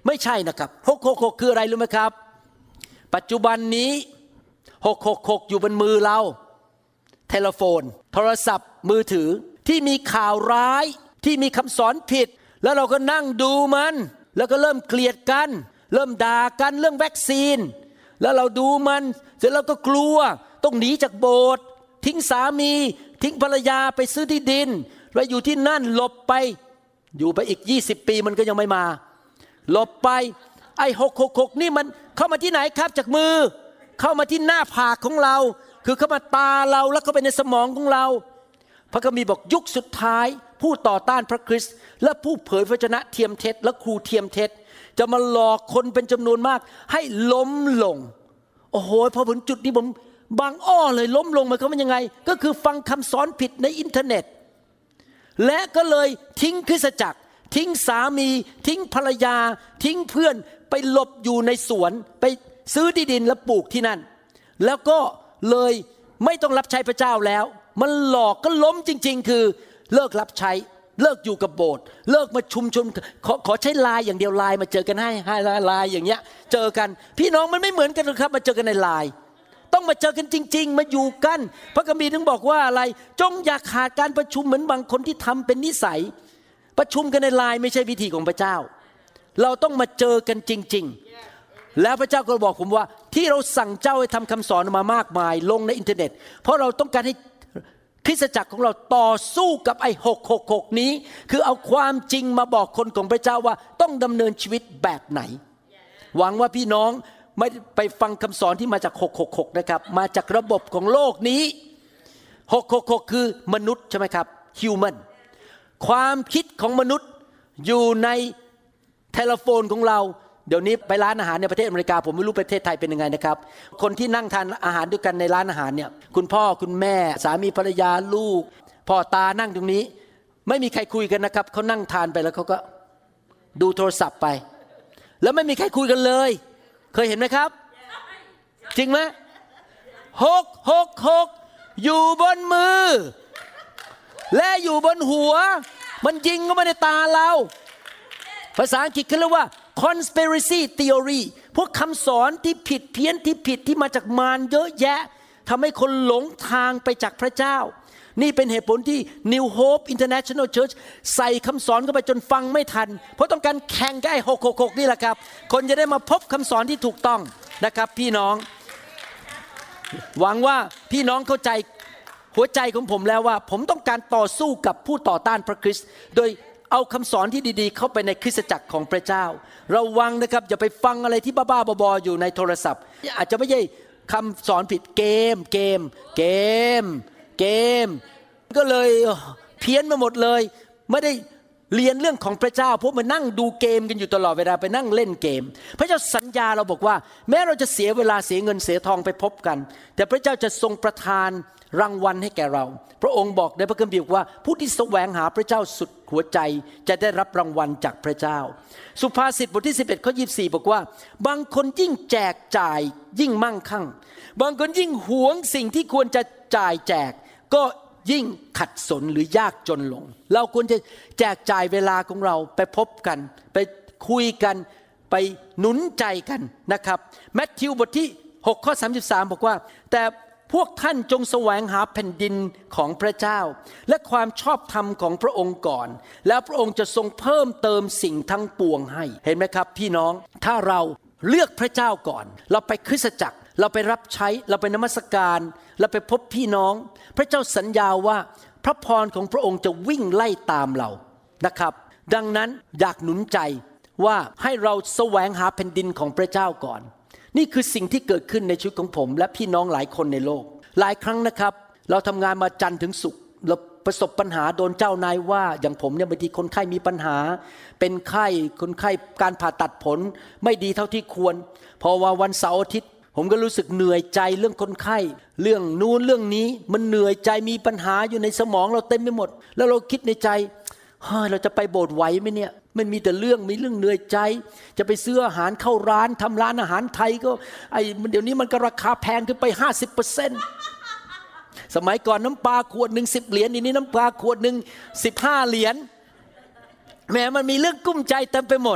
ไม่ใช่นะครับหกหกหกคืออะไรรู้ไหมครับปัจจุบันนี้หกหกหกอยู่บนมือเราเทเลโฟนโทรศัพท์มือถือที่มีข่าวร้ายที่มีคำสอนผิดแล้วเราก็นั่งดูมันแล้วก็เริ่มเกลียดกันเริ่มด่ากันเรื่องวัคซีนแล้วเราดูมันเสร็จแล้วก็กลัวต้องหนีจากโบสถ์ทิ้งสามีทิ้งภรรยาไปซื้อที่ดินแล้วอยู่ที่นั่นหลบไปอยู่ไปอีกยี่สิบปีมันก็ยังไม่มาหลบไปไอ้หกหกหกนี่มันเข้ามาที่ไหนครับจากมือเข้ามาที่หน้าผากของเราคือเข้ามาตาเราแล้วก็ไปในสมองของเราพระคัมภีร์บอกยุคสุดท้ายผู้ต่อต้านพระคริสต์และผู้เผยพระวจนะเทียมเท็จและครูเทียมเท็จจะมาหลอกคนเป็นจำนวนมากให้ล้มลงโอ้โหพอถึงจุดนี้ผมบางอ้อเลยล้มลงมันเขาเป็นยังไงก็คือฟังคำสอนผิดในอินเทอร์เน็ตและก็เลยทิ้งคริสตจักรทิ้งสามีทิ้งภรรยาทิ้งเพื่อนไปหลบอยู่ในสวนไปซื้อที่ดินแล้วปลูกที่นั่นแล้วก็เลยไม่ต้องรับใช้พระเจ้าแล้วมันหลอกก็ล้มจริงๆคือเลิกรับใช้เลิกอยู่กับโบสถ์เลิกมาชุมชนขอขอใช้ไลน์อย่างเดียวไลน์มาเจอกันให้ให้ไลน์อย่างเงี้ยเจอกันพี่น้องมันไม่เหมือนกันหรอกครับมาเจอกันในไลน์ต้องมาเจอกันจริงๆมาอยู่กันพระคัมภีร์ถึงบอกว่าอะไรจงอย่าขาดการประชุมเหมือนบางคนที่ทำเป็นนิสัยประชุมกันในไลน์ไม่ใช่วิธีของพระเจ้าเราต้องมาเจอกันจริงๆแล้วพระเจ้าก็บอกผมว่าที่เราสั่งเจ้าให้ทำคำสอนมามากมายลงในอินเทอร์เน็ตเพราะเราต้องการให้คริสตจักรของเราต่อสู้กับไอ้หกหกหกนี้คือเอาความจริงมาบอกคนของพระเจ้าว่าต้องดำเนินชีวิตแบบไหนหวังว่าพี่น้องไม่ไปฟังคำสอนที่มาจากหกหกหกนะครับมาจากระบบของโลกนี้หกหกหกคือมนุษย์ใช่ไหมครับ human ความคิดของมนุษย์อยู่ในโทรโฟนของเราเดี๋ยวนี้ไปร้านอาหารในประเทศอเมริกาผมไม่รู้ประเทศไทยเป็นยังไงนะครับคนที่นั่งทานอาหารด้วยกันในร้านอาหารเนี่ยคุณพ่อคุณแม่สามีภรรยาลูกพ่อตานั่งตรงนี้ไม่มีใครคุยกันนะครับเขานั่งทานไปแล้วเขาก็ดูโทรศัพท์ไปแล้วไม่มีใครคุยกันเลยเคยเห็นไหมครับจริงไหมหกหกหกอยู่บนมือและอยู่บนหัวมันยิงเข้ามาในตาเราภาษาอังกฤษเขาเรียกว่า conspiracy theory พวกคำสอนที่ผิดเพี้ยนที่ผิดที่มาจากมารเยอะแยะทำให้คนหลงทางไปจากพระเจ้านี่เป็นเหตุผลที่ New Hope International Church ใส่คำสอนเข้าไปจนฟังไม่ทันเพราะต้องการแข่งกับไอ้หกหกหกนี่แหละครับคนจะได้มาพบคำสอนที่ถูกต้องนะครับพี่น้องหวังว่าพี่น้องเข้าใจหัวใจของผมแล้วว่าผมต้องการต่อสู้กับผู้ต่อต้านพระคริสต์โดยเอาคำสอนที่ดีๆเข้าไปในคริสตจักรของพระเจ้าระวังนะครับอย่าไปฟังอะไรที่บ้าๆบอๆอยู่ในโทรศัพท์อาจจะไม่ใช่คำสอนผิดเกมเกมเกมเกมก็เลยเพี้ยนมาหมดเลยไม่ได้เรียนเรื่องของพระเจ้าเพราะมานั่งดูเกมกันอยู่ตลอดเวลาไปนั่งเล่นเกมพระเจ้าสัญญาเราบอกว่าแม้เราจะเสียเวลาเสียเงินเสียทองไปพบกันแต่พระเจ้าจะทรงประทานรางวัลให้แก่เราพระองค์บอกในพระคัมภีร์ว่าผู้ที่แสวงหาพระเจ้าสุดหัวใจจะได้รับรางวัลจากพระเจ้าสุภาษิตบทที่สิบเอ็ดข้อยี่สิบสี่บอกว่าบางคนยิ่งแจกจ่ายยิ่งมั่งคั่งบางคนยิ่งหวงสิ่งที่ควรจะจ่ายแจกก็ยิ่งขัดสนหรือยากจนลงเราควรจะแจกจ่ายเวลาของเราไปพบกันไปคุยกันไปหนุนใจกันนะครับมัทธิวบทที่หกข้อสามสิบสามบอกว่าแต่พวกท่านจงแสวงหาแผ่นดินของพระเจ้าและความชอบธรรมของพระองค์ก่อนแล้วพระองค์จะทรงเพิ่มเติมสิ่งทั้งปวงให้เห็นไหมครับพี่น้องถ้าเราเลือกพระเจ้าก่อนเราไปคริสตจักรเราไปรับใช้เราไปนมัสการเราไปพบพี่น้องพระเจ้าสัญญาว่าพระพรของพระองค์จะวิ่งไล่ตามเรานะครับดังนั้นอยากหนุนใจว่าให้เราแสวงหาแผ่นดินของพระเจ้าก่อนนี่คือสิ่งที่เกิดขึ้นในชีวิตของผมและพี่น้องหลายคนในโลกหลายครั้งนะครับเราทำงานมาจันทร์ถึงศุกร์เราประสบปัญหาโดนเจ้านายว่าอย่างผมเนี่ยบางทีคนไข้มีปัญหาเป็นไข้คนไข้การผ่าตัดผลไม่ดีเท่าที่ควรพอว่าวันเสาร์อาทิตย์ผมก็รู้สึกเหนื่อยใจเรื่องคนไข้เรื่องนู้นเรื่องนี้มันเหนื่อยใจมีปัญหาอยู่ในสมองเราเต็มไปหมดแล้วเราคิดในใจเฮ้ยเราจะไปโบสถ์ไหวไหมเนี่ยมันมีแต่เรื่องมีเรื่องเหนื่อยใจจะไปซื้ออาหารเข้าร้านทำร้านอาหารไทยก็ไอ้เดี๋ยวนี้มันก็ราคาแพงขึ้นไป ห้าสิบเปอร์เซ็นต์ สมัยก่อนน้ำปลาขวดนึงสิบเหรียญนี่น้ำปลาขวดนึงสิบห้าเหรียญแม้มันมีเรื่องกุ้มใจเต็มไปหมด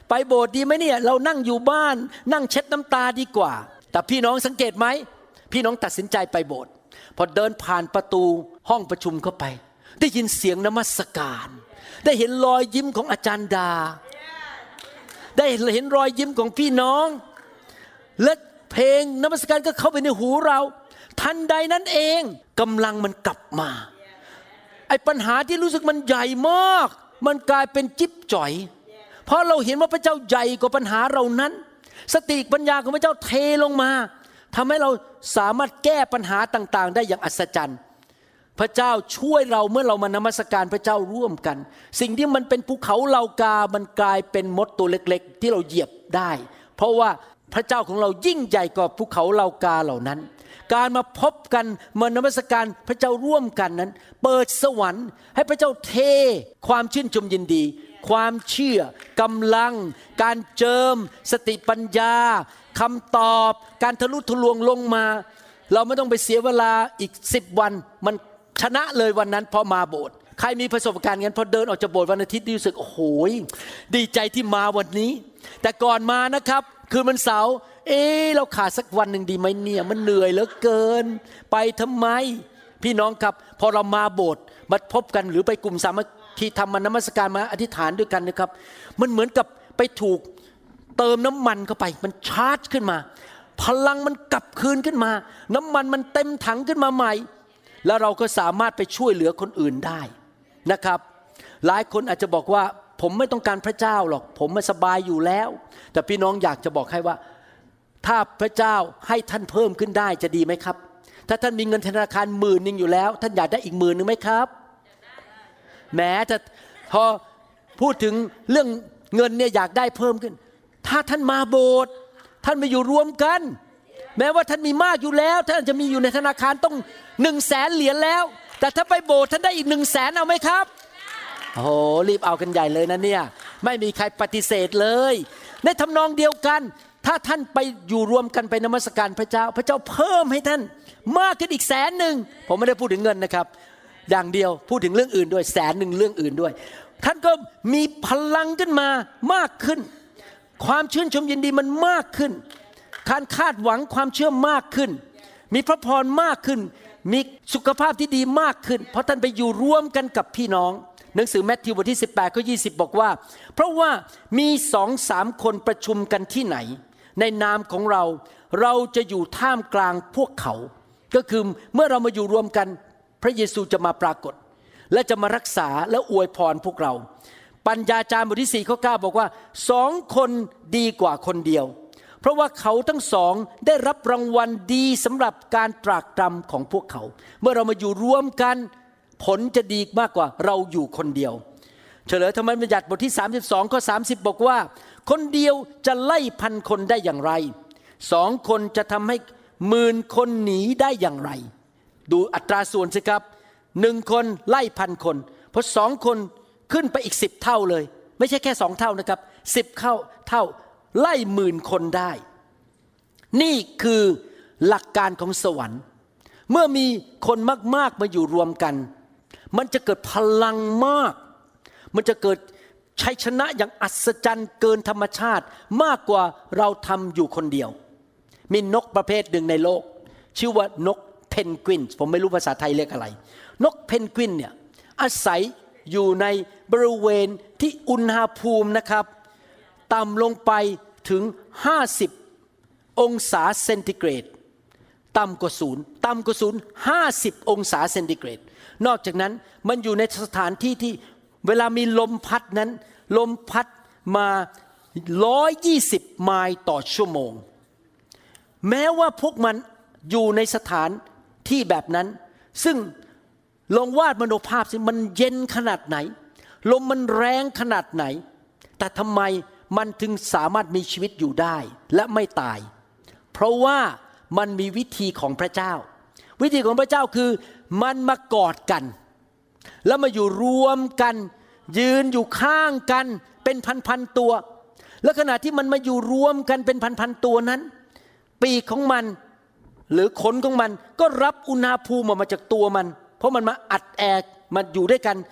ไปโบสถ์ดีไหมเนี่ยเรานั่งอยู่บ้านนั่งเช็ดน้ำตาดีกว่าแต่พี่น้องสังเกตไหมพี่น้องตัดสินใจไปโบสถ์พอเดินผ่านประตูห้องประชุมเข้าไปได้ยินเสียงนมัสการได้เห็นรอยยิ้มของอาจารย์ดาได้เห็นรอยยิ้มของพี่น้องและเพลงนมัสการก็เข้าไปในหูเราทันใดนั้นเองกำลังมันกลับมาไอ้ปัญหาที่รู้สึกมันใหญ่มากมันกลายเป็นจิ๊บจ่อยเพราะเราเห็นว่าพระเจ้าใหญ่กว่าปัญหาเรานั้นสติปัญญาของพระเจ้าเทลงมาทำให้เราสามารถแก้ปัญหาต่างๆได้อย่างอัศจรรย์พระเจ้าช่วยเราเมื่อเรามานมัสการพระเจ้าร่วมกันสิ่งที่มันเป็นภูเขาเหล่ากามันกลายเป็นมดตัวเล็กๆที่เราเหยียบได้เพราะว่าพระเจ้าของเรายิ่งใหญ่กว่าภูเขาเหล่ากาเหล่านั้นการมาพบกันมานมัสการพระเจ้าร่วมกันนั้นเปิดสวรรค์ให้พระเจ้าเทความชื่นชมยินดีความเชื่อกำลังการเจิมสติปัญญาคำตอบการทะลุทะลวงลงมาเราไม่ต้องไปเสียเวลาอีกสิบวันมันชนะเลยวันนั้นพอมาโบสถ์ใครมีประสบการณ์งั้นพอเดินออกจากโบสถ์วันอาทิตย์รู้สึกโอ้โหดีใจที่มาวันนี้แต่ก่อนมานะครับคืนวันเสาร์เอ๊ะเราขาดสักวันหนึ่งดีไหมเนี่ยมันเหนื่อยเหลือเกินไปทำไมพี่น้องครับพอเรามาโบสถ์มาพบกันหรือไปกลุ่มสามัคคีธรรมมานมัสการมาอธิษฐานด้วยกันนะครับมันเหมือนกับไปถูกเติมน้ำมันเข้าไปมันชาร์จขึ้นมาพลังมันกลับคืนขึ้นมาน้ำมันมันเต็มถังขึ้นมาใหม่แล้วเราก็สามารถไปช่วยเหลือคนอื่นได้นะครับหลายคนอาจจะบอกว่าผมไม่ต้องการพระเจ้าหรอกผมสบายอยู่แล้วแต่พี่น้องอยากจะบอกให้ว่าถ้าพระเจ้าให้ท่านเพิ่มขึ้นได้จะดีไหมครับถ้าท่านมีเงินธนาคารหมื่นนึงอยู่แล้วท่านอยากได้อีกหมื่นนึงไหมครับแม้แต่พอพูดถึงเรื่องเงินเนี่ยอยากได้เพิ่มขึ้นถ้าท่านมาโบสถ์ท่านมาอยู่รวมกันแม้ว่าท่านมีมากอยู่แล้วท่านจะมีอยู่ในธนาคารต้องหนึ่งแสนเหรียญแล้วแต่ถ้าไปโบสถ์ท่านได้อีกหนึ่งแสนเอาไหมครับโอ้โหรีบเอากันใหญ่เลยนะเนี่ยไม่มีใครปฏิเสธเลยในทำนองเดียวกันถ้าท่านไปอยู่รวมกันไปนมัสการพระเจ้าพระเจ้าเพิ่มให้ท่านมากขึ้นอีกแสนหนึ่งผมไม่ได้พูดถึงเงินนะครับอย่างเดียวพูดถึงเรื่องอื่นด้วยแสนหนึ่งเรื่องอื่นด้วยท่านก็มีพลังขึ้นมามากขึ้นความชื่นชมยินดีมันมากขึ้นการคาดหวังความเชื่อมากขึ้นมีพระพรมากขึ้นมีสุขภาพที่ดีมากขึ้นเพราะท่านไปอยู่ร่วมกันกับพี่น้องหนังสือแมทธิวบทที่สิบแปดข้อยี่สิบบอกว่าเพราะว่ามีสองสามคนประชุมกันที่ไหนในนามของเราเราจะอยู่ท่ามกลางพวกเขาก็คือเมื่อเรามาอยู่รวมกันพระเยซูจะมาปรากฏและจะมารักษาและอวยพรพวกเราปัญญาจารย์บทที่สี่ข้อเก้าบอกว่าสองคนดีกว่าคนเดียวเพราะว่าเขาทั้งสองได้รับรางวัลดีสำหรับการตรากตรำของพวกเขาเมื่อเรามาอยู่รวมกันผลจะดีมากกว่าเราอยู่คนเดียวเฉลยธรรมบัญญัติบทที่สามสิบสองข้อสามสิบบอกว่าคนเดียวจะไล่พันคนได้อย่างไรสองคนจะทำให้หมื่นคนหนีได้อย่างไรดูอัตราส่วนสิครับหนึ่งคนไล่พันคนเพราะสองคนขึ้นไปอีกสิบเท่าเลยไม่ใช่แค่สองเท่านะครับสิบเท่าเท่าไล่หมื่นคนได้นี่คือหลักการของสวรรค์เมื่อมีคนมากๆมาอยู่รวมกันมันจะเกิดพลังมากมันจะเกิดชัยชนะอย่างอัศจรรย์เกินธรรมชาติมากกว่าเราทำอยู่คนเดียวมีนกประเภทหนึ่งในโลกชื่อว่านกเพนกวินผมไม่รู้ภาษาไทยเรียกอะไรนกเพนกวินเนี่ยอาศัยอยู่ในบริเวณที่อุณหภูมินะครับต่ำลงไปถึงห้าสิบองศาเซนติเกรดต่ำกว่าศูนย์ต่ำกว่าศูนย์ห้าสิบองศาเซนติเกรดนอกจากนั้นมันอยู่ในสถานที่ที่เวลามีลมพัดนั้นลมพัดมาหนึ่งร้อยยี่สิบไมล์ต่อชั่วโมงแม้ว่าพวกมันอยู่ในสถานที่แบบนั้นซึ่งลองวาดมโนภาพสิมันเย็นขนาดไหนลมมันแรงขนาดไหนแต่ทำไมมันถึงสามารถมีชีวิตอยู่ได้และไม่ตายเพราะว่ามันมีวิธีของพระเจ้าวิธีของพระเจ้าคือมันมากอดกันแล้วมาอยู่รวมกันยืนอยู่ข้างกันเป็นพันๆตัวและขณะที่มันมาอยู่รวมกันเป็นพันๆตัวนั้นปีกของมันหรือขนของมันก็รับอุณหภูมิออกมาจากตัวมันเพราะมันมาอัดแอร์มาอยู่ด้วยกัน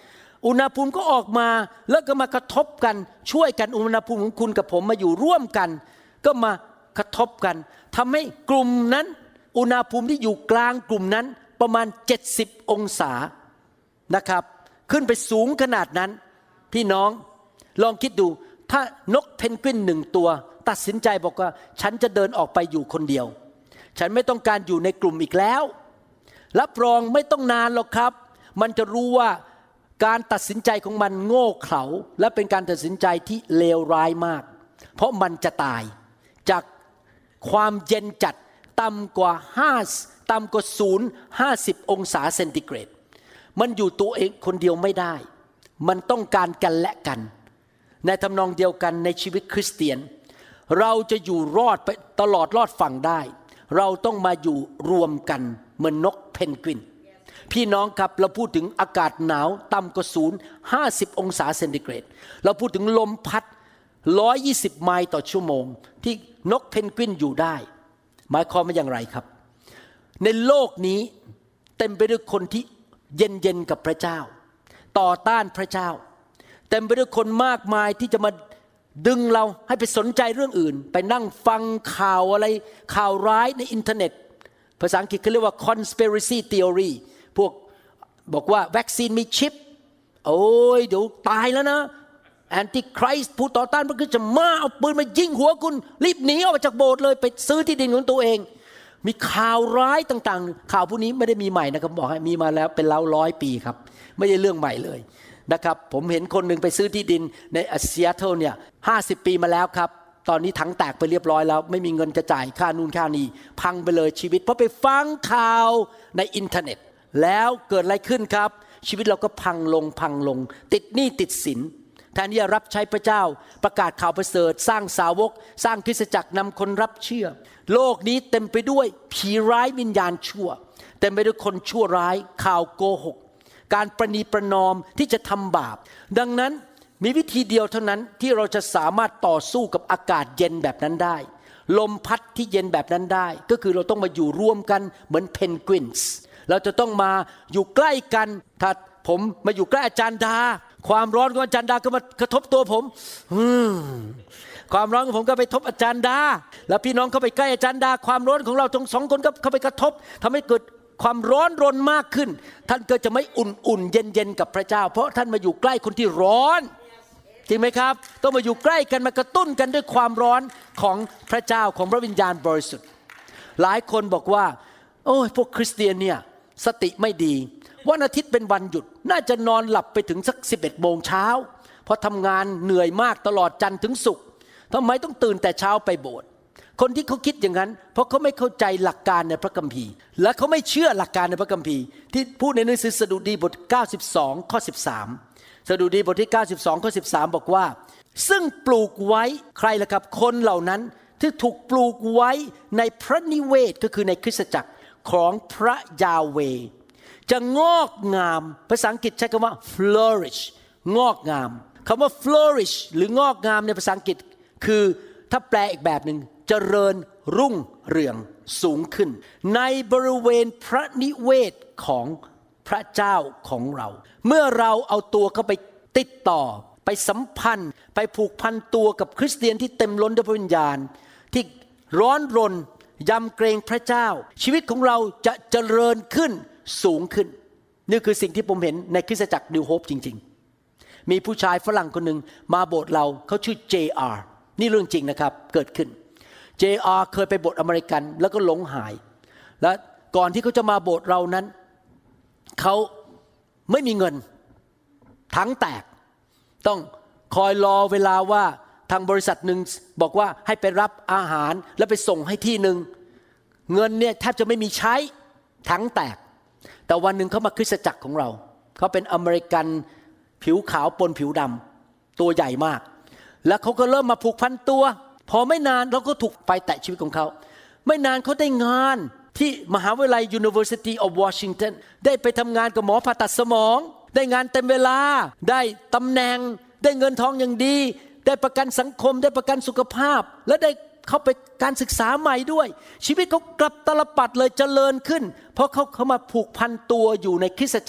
อุณหภูมิก็ออกมาแล้วก็มากระทบกันช่วยกันอุณหภูมิของคุณกับผมมาอยู่ร่วมกันก็มากระทบกันทำให้กลุ่มนั้นอุณหภูมิที่อยู่กลางกลุ่มนั้นประมาณเจ็ดสิบองศานะครับขึ้นไปสูงขนาดนั้นพี่น้องลองคิดดูถ้านกเพนกวินหนึ่งตัวตัดสินใจบอกว่าฉันจะเดินออกไปอยู่คนเดียวฉันไม่ต้องการอยู่ในกลุ่มอีกแล้วรับรองไม่ต้องนานหรอกครับมันจะรู้ว่าการตัดสินใจของมันโง่เขลาและเป็นการตัดสินใจที่เลวร้ายมากเพราะมันจะตายจากความเย็นจัดต่ำกว่าห้าต่ำกว่าศูนย์ห้าสิบองศาเซนติเกรดมันอยู่ตัวเองคนเดียวไม่ได้มันต้องการกันและกันในทำนองเดียวกันในชีวิตคริสเตียนเราจะอยู่รอดไปตลอดรอดฝั่งได้เราต้องมาอยู่รวมกันเหมือนนกเพนกวินพี่น้องครับเราพูดถึงอากาศหนาวต่ำกว่าศูนย์ห้าสิบองศาเซนติเกรดเราพูดถึงลมพัดหนึ่งร้อยยี่สิบไมล์ต่อชั่วโมงที่นกเพนกวินอยู่ได้หมายความว่าอย่างไรครับในโลกนี้เต็มไปด้วยคนที่เย็นๆกับพระเจ้าต่อต้านพระเจ้าเต็มไปด้วยคนมากมายที่จะมาดึงเราให้ไปสนใจเรื่องอื่นไปนั่งฟังข่าวอะไรข่าวร้ายในอินเทอร์เน็ตภาษาอังกฤษเขาเรียกว่า conspiracy theory พวกบอกว่าวัคซีนมีชิปโอ้ยเดี๋ยวตายแล้วนะแอนติคริสต์ผู้ต่อต้านพระคริสต์จะมาเอาปืนมายิงหัวคุณรีบหนีออกจากโบสถ์เลยไปซื้อที่ดินของตัวเองมีข่าวร้ายต่างๆข่าวพวกนี้ไม่ได้มีใหม่นะครับบอกให้มีมาแล้วเป็นแล้วร้อยปีครับไม่ใช่เรื่องใหม่เลยนะครับผมเห็นคนหนึ่งไปซื้อที่ดินในซีแอตเทิลเนี่ยห้าสิบปีมาแล้วครับตอนนี้ถังแตกไปเรียบร้อยแล้วไม่มีเงินจะจ่ายค่านู่นค่านี้พังไปเลยชีวิตเพราะไปฟังข่าวในอินเทอร์เน็ตแล้วเกิดอะไรขึ้นครับชีวิตเราก็พังลงพังลงติดหนี้ติดสินแทนที่จะรับใช้พระเจ้าประกาศข่าวประเสริฐสร้างสาวกสร้างคริสตจักรนำคนรับเชื่อโลกนี้เต็มไปด้วยผีร้ายวิญญาณชั่วเต็มไปด้วยคนชั่วร้ายข่าวโกหกการประนีประนอมที่จะทำบาปดังนั้นมีวิธีเดียวเท่านั้นที่เราจะสามารถต่อสู้กับอากาศเย็นแบบนั้นได้ลมพัดที่เย็นแบบนั้นได้ก็คือเราต้องมาอยู่ร่วมกันเหมือนเพนกวินส์เราจะต้องมาอยู่ใกล้กันถ้าผมมาอยู่ใกล้อาจารย์ดาความร้อนของอาจารย์ดาก็มากระทบตัวผมความร้อนของผมก็ไปทบอาจารย์ดาแล้วพี่น้องเข้าไปใกล้อาจารย์ดาความร้อนของเราทั้งสองคนก็เข้าไปกระทบทำให้เกิดความร้อนรนมากขึ้นท่านก็จะไม่อุ่นๆเย็นๆกับพระเจ้าเพราะท่านมาอยู่ใกล้คนที่ร้อนจริงไหมครับต้องมาอยู่ใกล้กันมากระตุ้นกันด้วยความร้อนของพระเจ้าของพระวิญญาณบริสุทธิ์หลายคนบอกว่าโอ้ยพวกคริสเตียนเนี่ยสติไม่ดีวันอาทิตย์เป็นวันหยุดน่าจะนอนหลับไปถึงสักสิบเอ็ดโมงเช้าเพราะทำงานเหนื่อยมากตลอดจันทร์ถึงศุกร์ทำไมต้องตื่นแต่เช้าไปโบสถ์คนที่เขาคิดอย่างนั้นเพราะเขาไม่เข้าใจหลักการในพระคัมภีร์และเขาไม่เชื่อหลักการในพระคัมภีร์ที่พูดในหนังสือสดุดีบทเก้าสิบสองข้อสิบสามสดุดีบทที่เก้าสิบสองข้อสิบสามบอกว่าซึ่งปลูกไว้ใครล่ะครับคนเหล่านั้นที่ถูกปลูกไว้ในพระนิเวศก็คือในคริสตจักรของพระยาเวห์จะงอกงามภาษาอังกฤษใช้คำว่า flourish งอกงามคำว่า flourish หรืองอกงามในภาษาอังกฤษคือถ้าแปลอีกแบบหนึ่งเจริญรุ่งเรืองสูงขึ้นในบริเวณพระนิเวศของพระเจ้าของเราเมื่อเราเอาตัวเข้าไปติดต่อไปสัมพันธ์ไปผูกพันตัวกับคริสเตียนที่เต็มล้นด้วยพระวิญญาณที่ร้อนรนยำเกรงพระเจ้าชีวิตของเราจะเจริญขึ้นสูงขึ้นนี่คือสิ่งที่ผมเห็นในคริสตจักร New Hope จริงๆมีผู้ชายฝรั่งคนหนึ่งมาโบสถ์เราเขาชื่อ เจ อาร์ นี่เรื่องจริงนะครับเกิดขึ้น เจ อาร์ เคยไปโบสถ์อเมริกันแล้วก็หลงหายและก่อนที่เขาจะมาโบสถ์เรานั้นเขาไม่มีเงินถังแตกต้องคอยรอเวลาว่าทางบริษัทหนึ่งบอกว่าให้ไปรับอาหารแล้วไปส่งให้ที่หนึ่งเงินเนี่ยแทบจะไม่มีใช้ถังแตกแต่วันหนึ่งเขามาคริสตจักรของเราเขาเป็นอเมริกันผิวขาวปนผิวดำตัวใหญ่มากแล้วเขาก็เริ่มมาผูกพันตัวพอไม่นานเราก็ถูกไฟแตะชีวิตของเขาไม่นานเขาได้งานที่มหาวิทยาลัย University of Washington ได้ไปทำงานกับหมอผ่าตัดสมองได้งานเต็มเวลาได้ตำแหน่งได้เงินทองอย่างดีได้ประกันสังคมได้ประกันสุขภาพและได้เข้าไปการศึกษาใหม่ด้วยชีวิตเขากลับตลปัดเลยเจริญขึ้นเพราะเขาเขามาผูกพันตัวอยู่ในคริสตจักร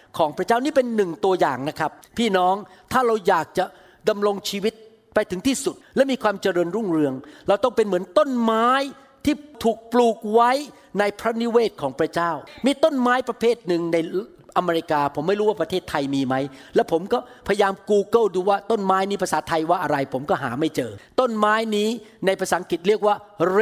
ของพระเจ้านี่เป็นหนึ่งตัวอย่างนะครับพี่น้องถ้าเราอยากจะดำรงชีวิตไปถึงที่สุดและมีความเจริญรุ่งเรืองเราต้องเป็นเหมือนต้นไม้ที่ถูกปลูกไว้ในพระนิเวศของพระเจ้ามีต้นไม้ประเภทหนึ่งในอเมริกาผมไม่รู้ว่าประเทศไทยมีไหมแล้วผมก็พยายาม Google ดูว่าต้นไม้นี้ภาษาไทยว่าอะไรผมก็หาไม่เจอต้นไม้นี้ในภาษาอังกฤษเรียกว่า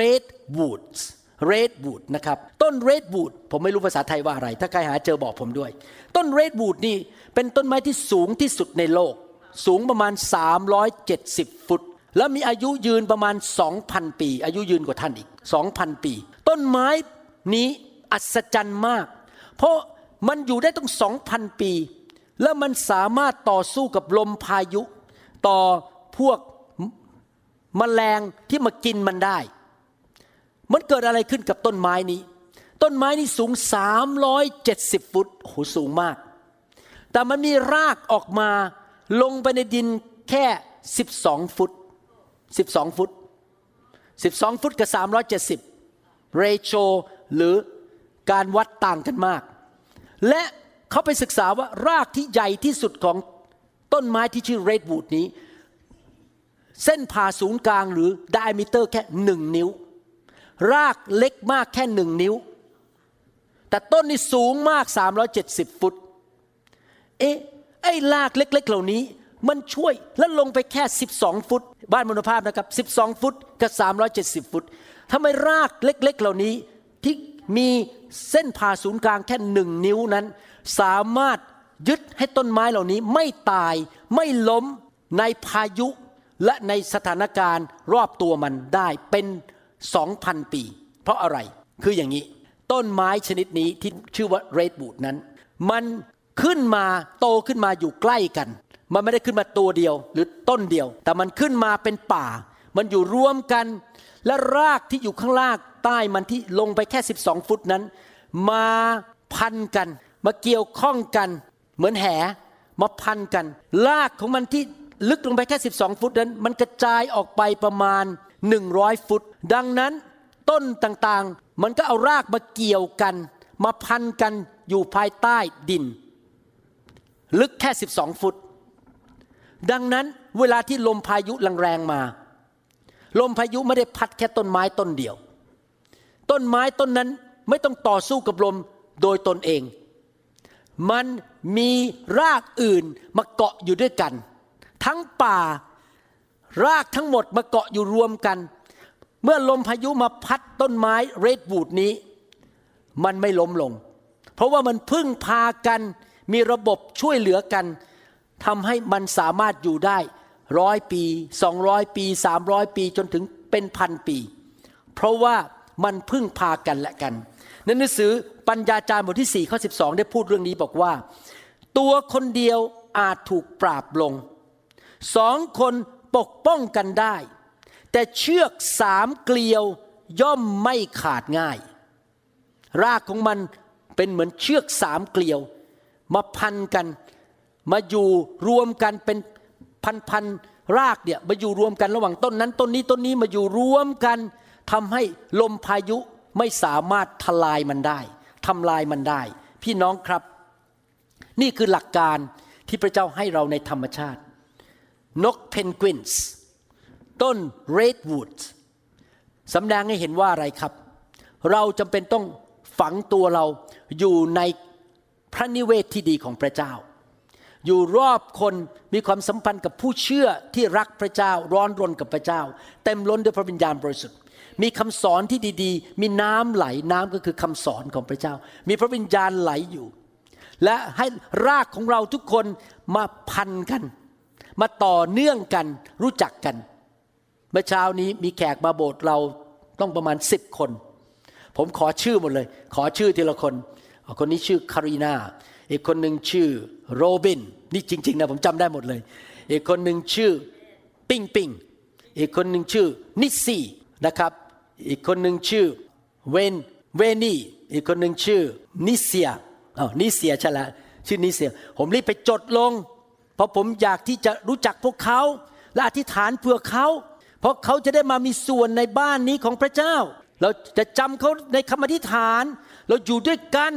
redwoods redwood นะครับต้น redwood ผมไม่รู้ภาษาไทยว่าอะไรถ้าใครหาเจอบอกผมด้วยต้น redwood นี่เป็นต้นไม้ที่สูงที่สุดในโลกสูงประมาณสามร้อยเจ็ดสิบฟุตและมีอายุยืนประมาณ สองพัน ปีอายุยืนกว่าท่านอีก สองพัน ปีต้นไม้นี้อัศจรรย์มากเพราะมันอยู่ได้ตั้ง สองพัน ปีแล้วมันสามารถต่อสู้กับลมพายุต่อพวกแมลงที่มากินมันได้มันเกิดอะไรขึ้นกับต้นไม้นี้ต้นไม้นี้สูงสามร้อยเจ็ดสิบฟุตโอ้โหสูงมากแต่มันมีรากออกมาลงไปในดินแค่สิบสองฟุตสิบสองฟุตสิบสองฟุตกับสามร้อยเจ็ดสิบเรโชหรือการวัดต่างกันมากและเขาไปศึกษาว่ารากที่ใหญ่ที่สุดของต้นไม้ที่ชื่อเรดวูดนี้เส้นผ่าศูนย์กลางหรือ diameter แค่หนึ่งนิ้วรากเล็กมากแค่หนึ่งนิ้วแต่ต้นนี่สูงมากสามร้อยเจ็ดสิบฟุตเอ๊ะไอ้รากเล็กๆเหล่านี้มันช่วยแล้วลงไปแค่สิบสองฟุตบ้านมนุภาพนะครับสิบสองฟุตกับสามร้อยเจ็ดสิบฟุตทำไมรากเล็กๆเหล่านี้ที่มีเส้นผ่าศูนย์กลางแค่หนึ่งนิ้วนั้นสามารถยึดให้ต้นไม้เหล่านี้ไม่ตายไม่ล้มในพายุและในสถานการณ์รอบตัวมันได้เป็น สองพัน ปีเพราะอะไรคืออย่างนี้ต้นไม้ชนิดนี้ที่ชื่อว่าเรดวูดนั้นมันขึ้นมาโตขึ้นมาอยู่ใกล้กันมันไม่ได้ขึ้นมาตัวเดียวหรือต้นเดียวแต่มันขึ้นมาเป็นป่ามันอยู่รวมกันและรากที่อยู่ข้างล่างใต้มันที่ลงไปแค่สิบสองฟุตนั้นมาพันกันมาเกี่ยวข้องกันเหมือนแหมาพันกันรากของมันที่ลึกลงไปแค่สิบสองฟุตนั้นมันกระจายออกไปประมาณหนึ่งร้อยฟุตดังนั้นต้นต่างๆมันก็เอารากมาเกี่ยวกันมาพันกันอยู่ภายใต้ดินลึกแค่สิบสองฟุตดังนั้นเวลาที่ลมพายุแรงๆมาลมพายุไม่ได้พัดแค่ต้นไม้ต้นเดียวต้นไม้ต้นนั้นไม่ต้องต่อสู้กับลมโดยตนเองมันมีรากอื่นมาเกาะอยู่ด้วยกันทั้งป่ารากทั้งหมดมาเกาะอยู่รวมกันเมื่อลมพายุมาพัดต้นไม้เรดวูดนี้มันไม่ล้มลงเพราะว่ามันพึ่งพากันมีระบบช่วยเหลือกันทำให้มันสามารถอยู่ได้ร้อยปีสองร้อยปีสามร้อยปีจนถึงเป็นพันปีเพราะว่ามันพึ่งพากันและกันในหนังสือปัญญาจารย์บทที่สี่ข้อสิบสองได้พูดเรื่องนี้บอกว่าตัวคนเดียวอาจถูกปราบลงสองคนปกป้องกันได้แต่เชือกสามเกลียวย่อมไม่ขาดง่ายรากของมันเป็นเหมือนเชือกสามเกลียวมาพันกันมาอยู่รวมกันเป็นพันๆรากเนี่ยมาอยู่รวมกันระหว่างต้นนั้นต้นนี้ต้นนี้มาอยู่รวมกันทำให้ลมพายุไม่สามารถทลายมันได้ทำลายมันได้พี่น้องครับนี่คือหลักการที่พระเจ้าให้เราในธรรมชาตินกเพนกวินส์ต้นเรดวูดสำแดงให้เห็นว่าอะไรครับเราจำเป็นต้องฝังตัวเราอยู่ในพระนิเวศที่ดีของพระเจ้าอยู่รอบคนมีความสัมพันธ์กับผู้เชื่อที่รักพระเจ้าร้อนรนกับพระเจ้าเต็มล้นด้วยพระวิญญาณบริสุทธิ์มีคำสอนที่ดีๆมีน้ำไหลน้ำก็คือคำสอนของพระเจ้ามีพระวิญญาณไหลอยู่และให้รากของเราทุกคนมาพันกันมาต่อเนื่องกันรู้จักกันเมื่อเช้านี้มีแขกมาโบสถ์เราต้องประมาณสิบคนผมขอชื่อหมดเลยขอชื่อทีละคนคนนี้ชื่อคารีนาอีกคนหนึ่งชื่อโรบินนี่จริงๆนะผมจำได้หมดเลยอีกคนหนึ่งชื่อปิงปิงอีกคนหนึ่งชื่อนิซี่นะครับอีกคนหนึ่งชื่อเวนเวนี่อีกคนหนึ่งชื่อนิเซียอ๋อนิเซียใช่แล้วชื่อนิเซียผมรีบไปจดลงเพราะผมอยากที่จะรู้จักพวกเขาและอธิษฐานเพื่อเขาเพราะเขาจะได้มามีส่วนในบ้านนี้ของพระเจ้าเราจะจำเขาในคำอธิษฐานเราอยู่ด้วยกัน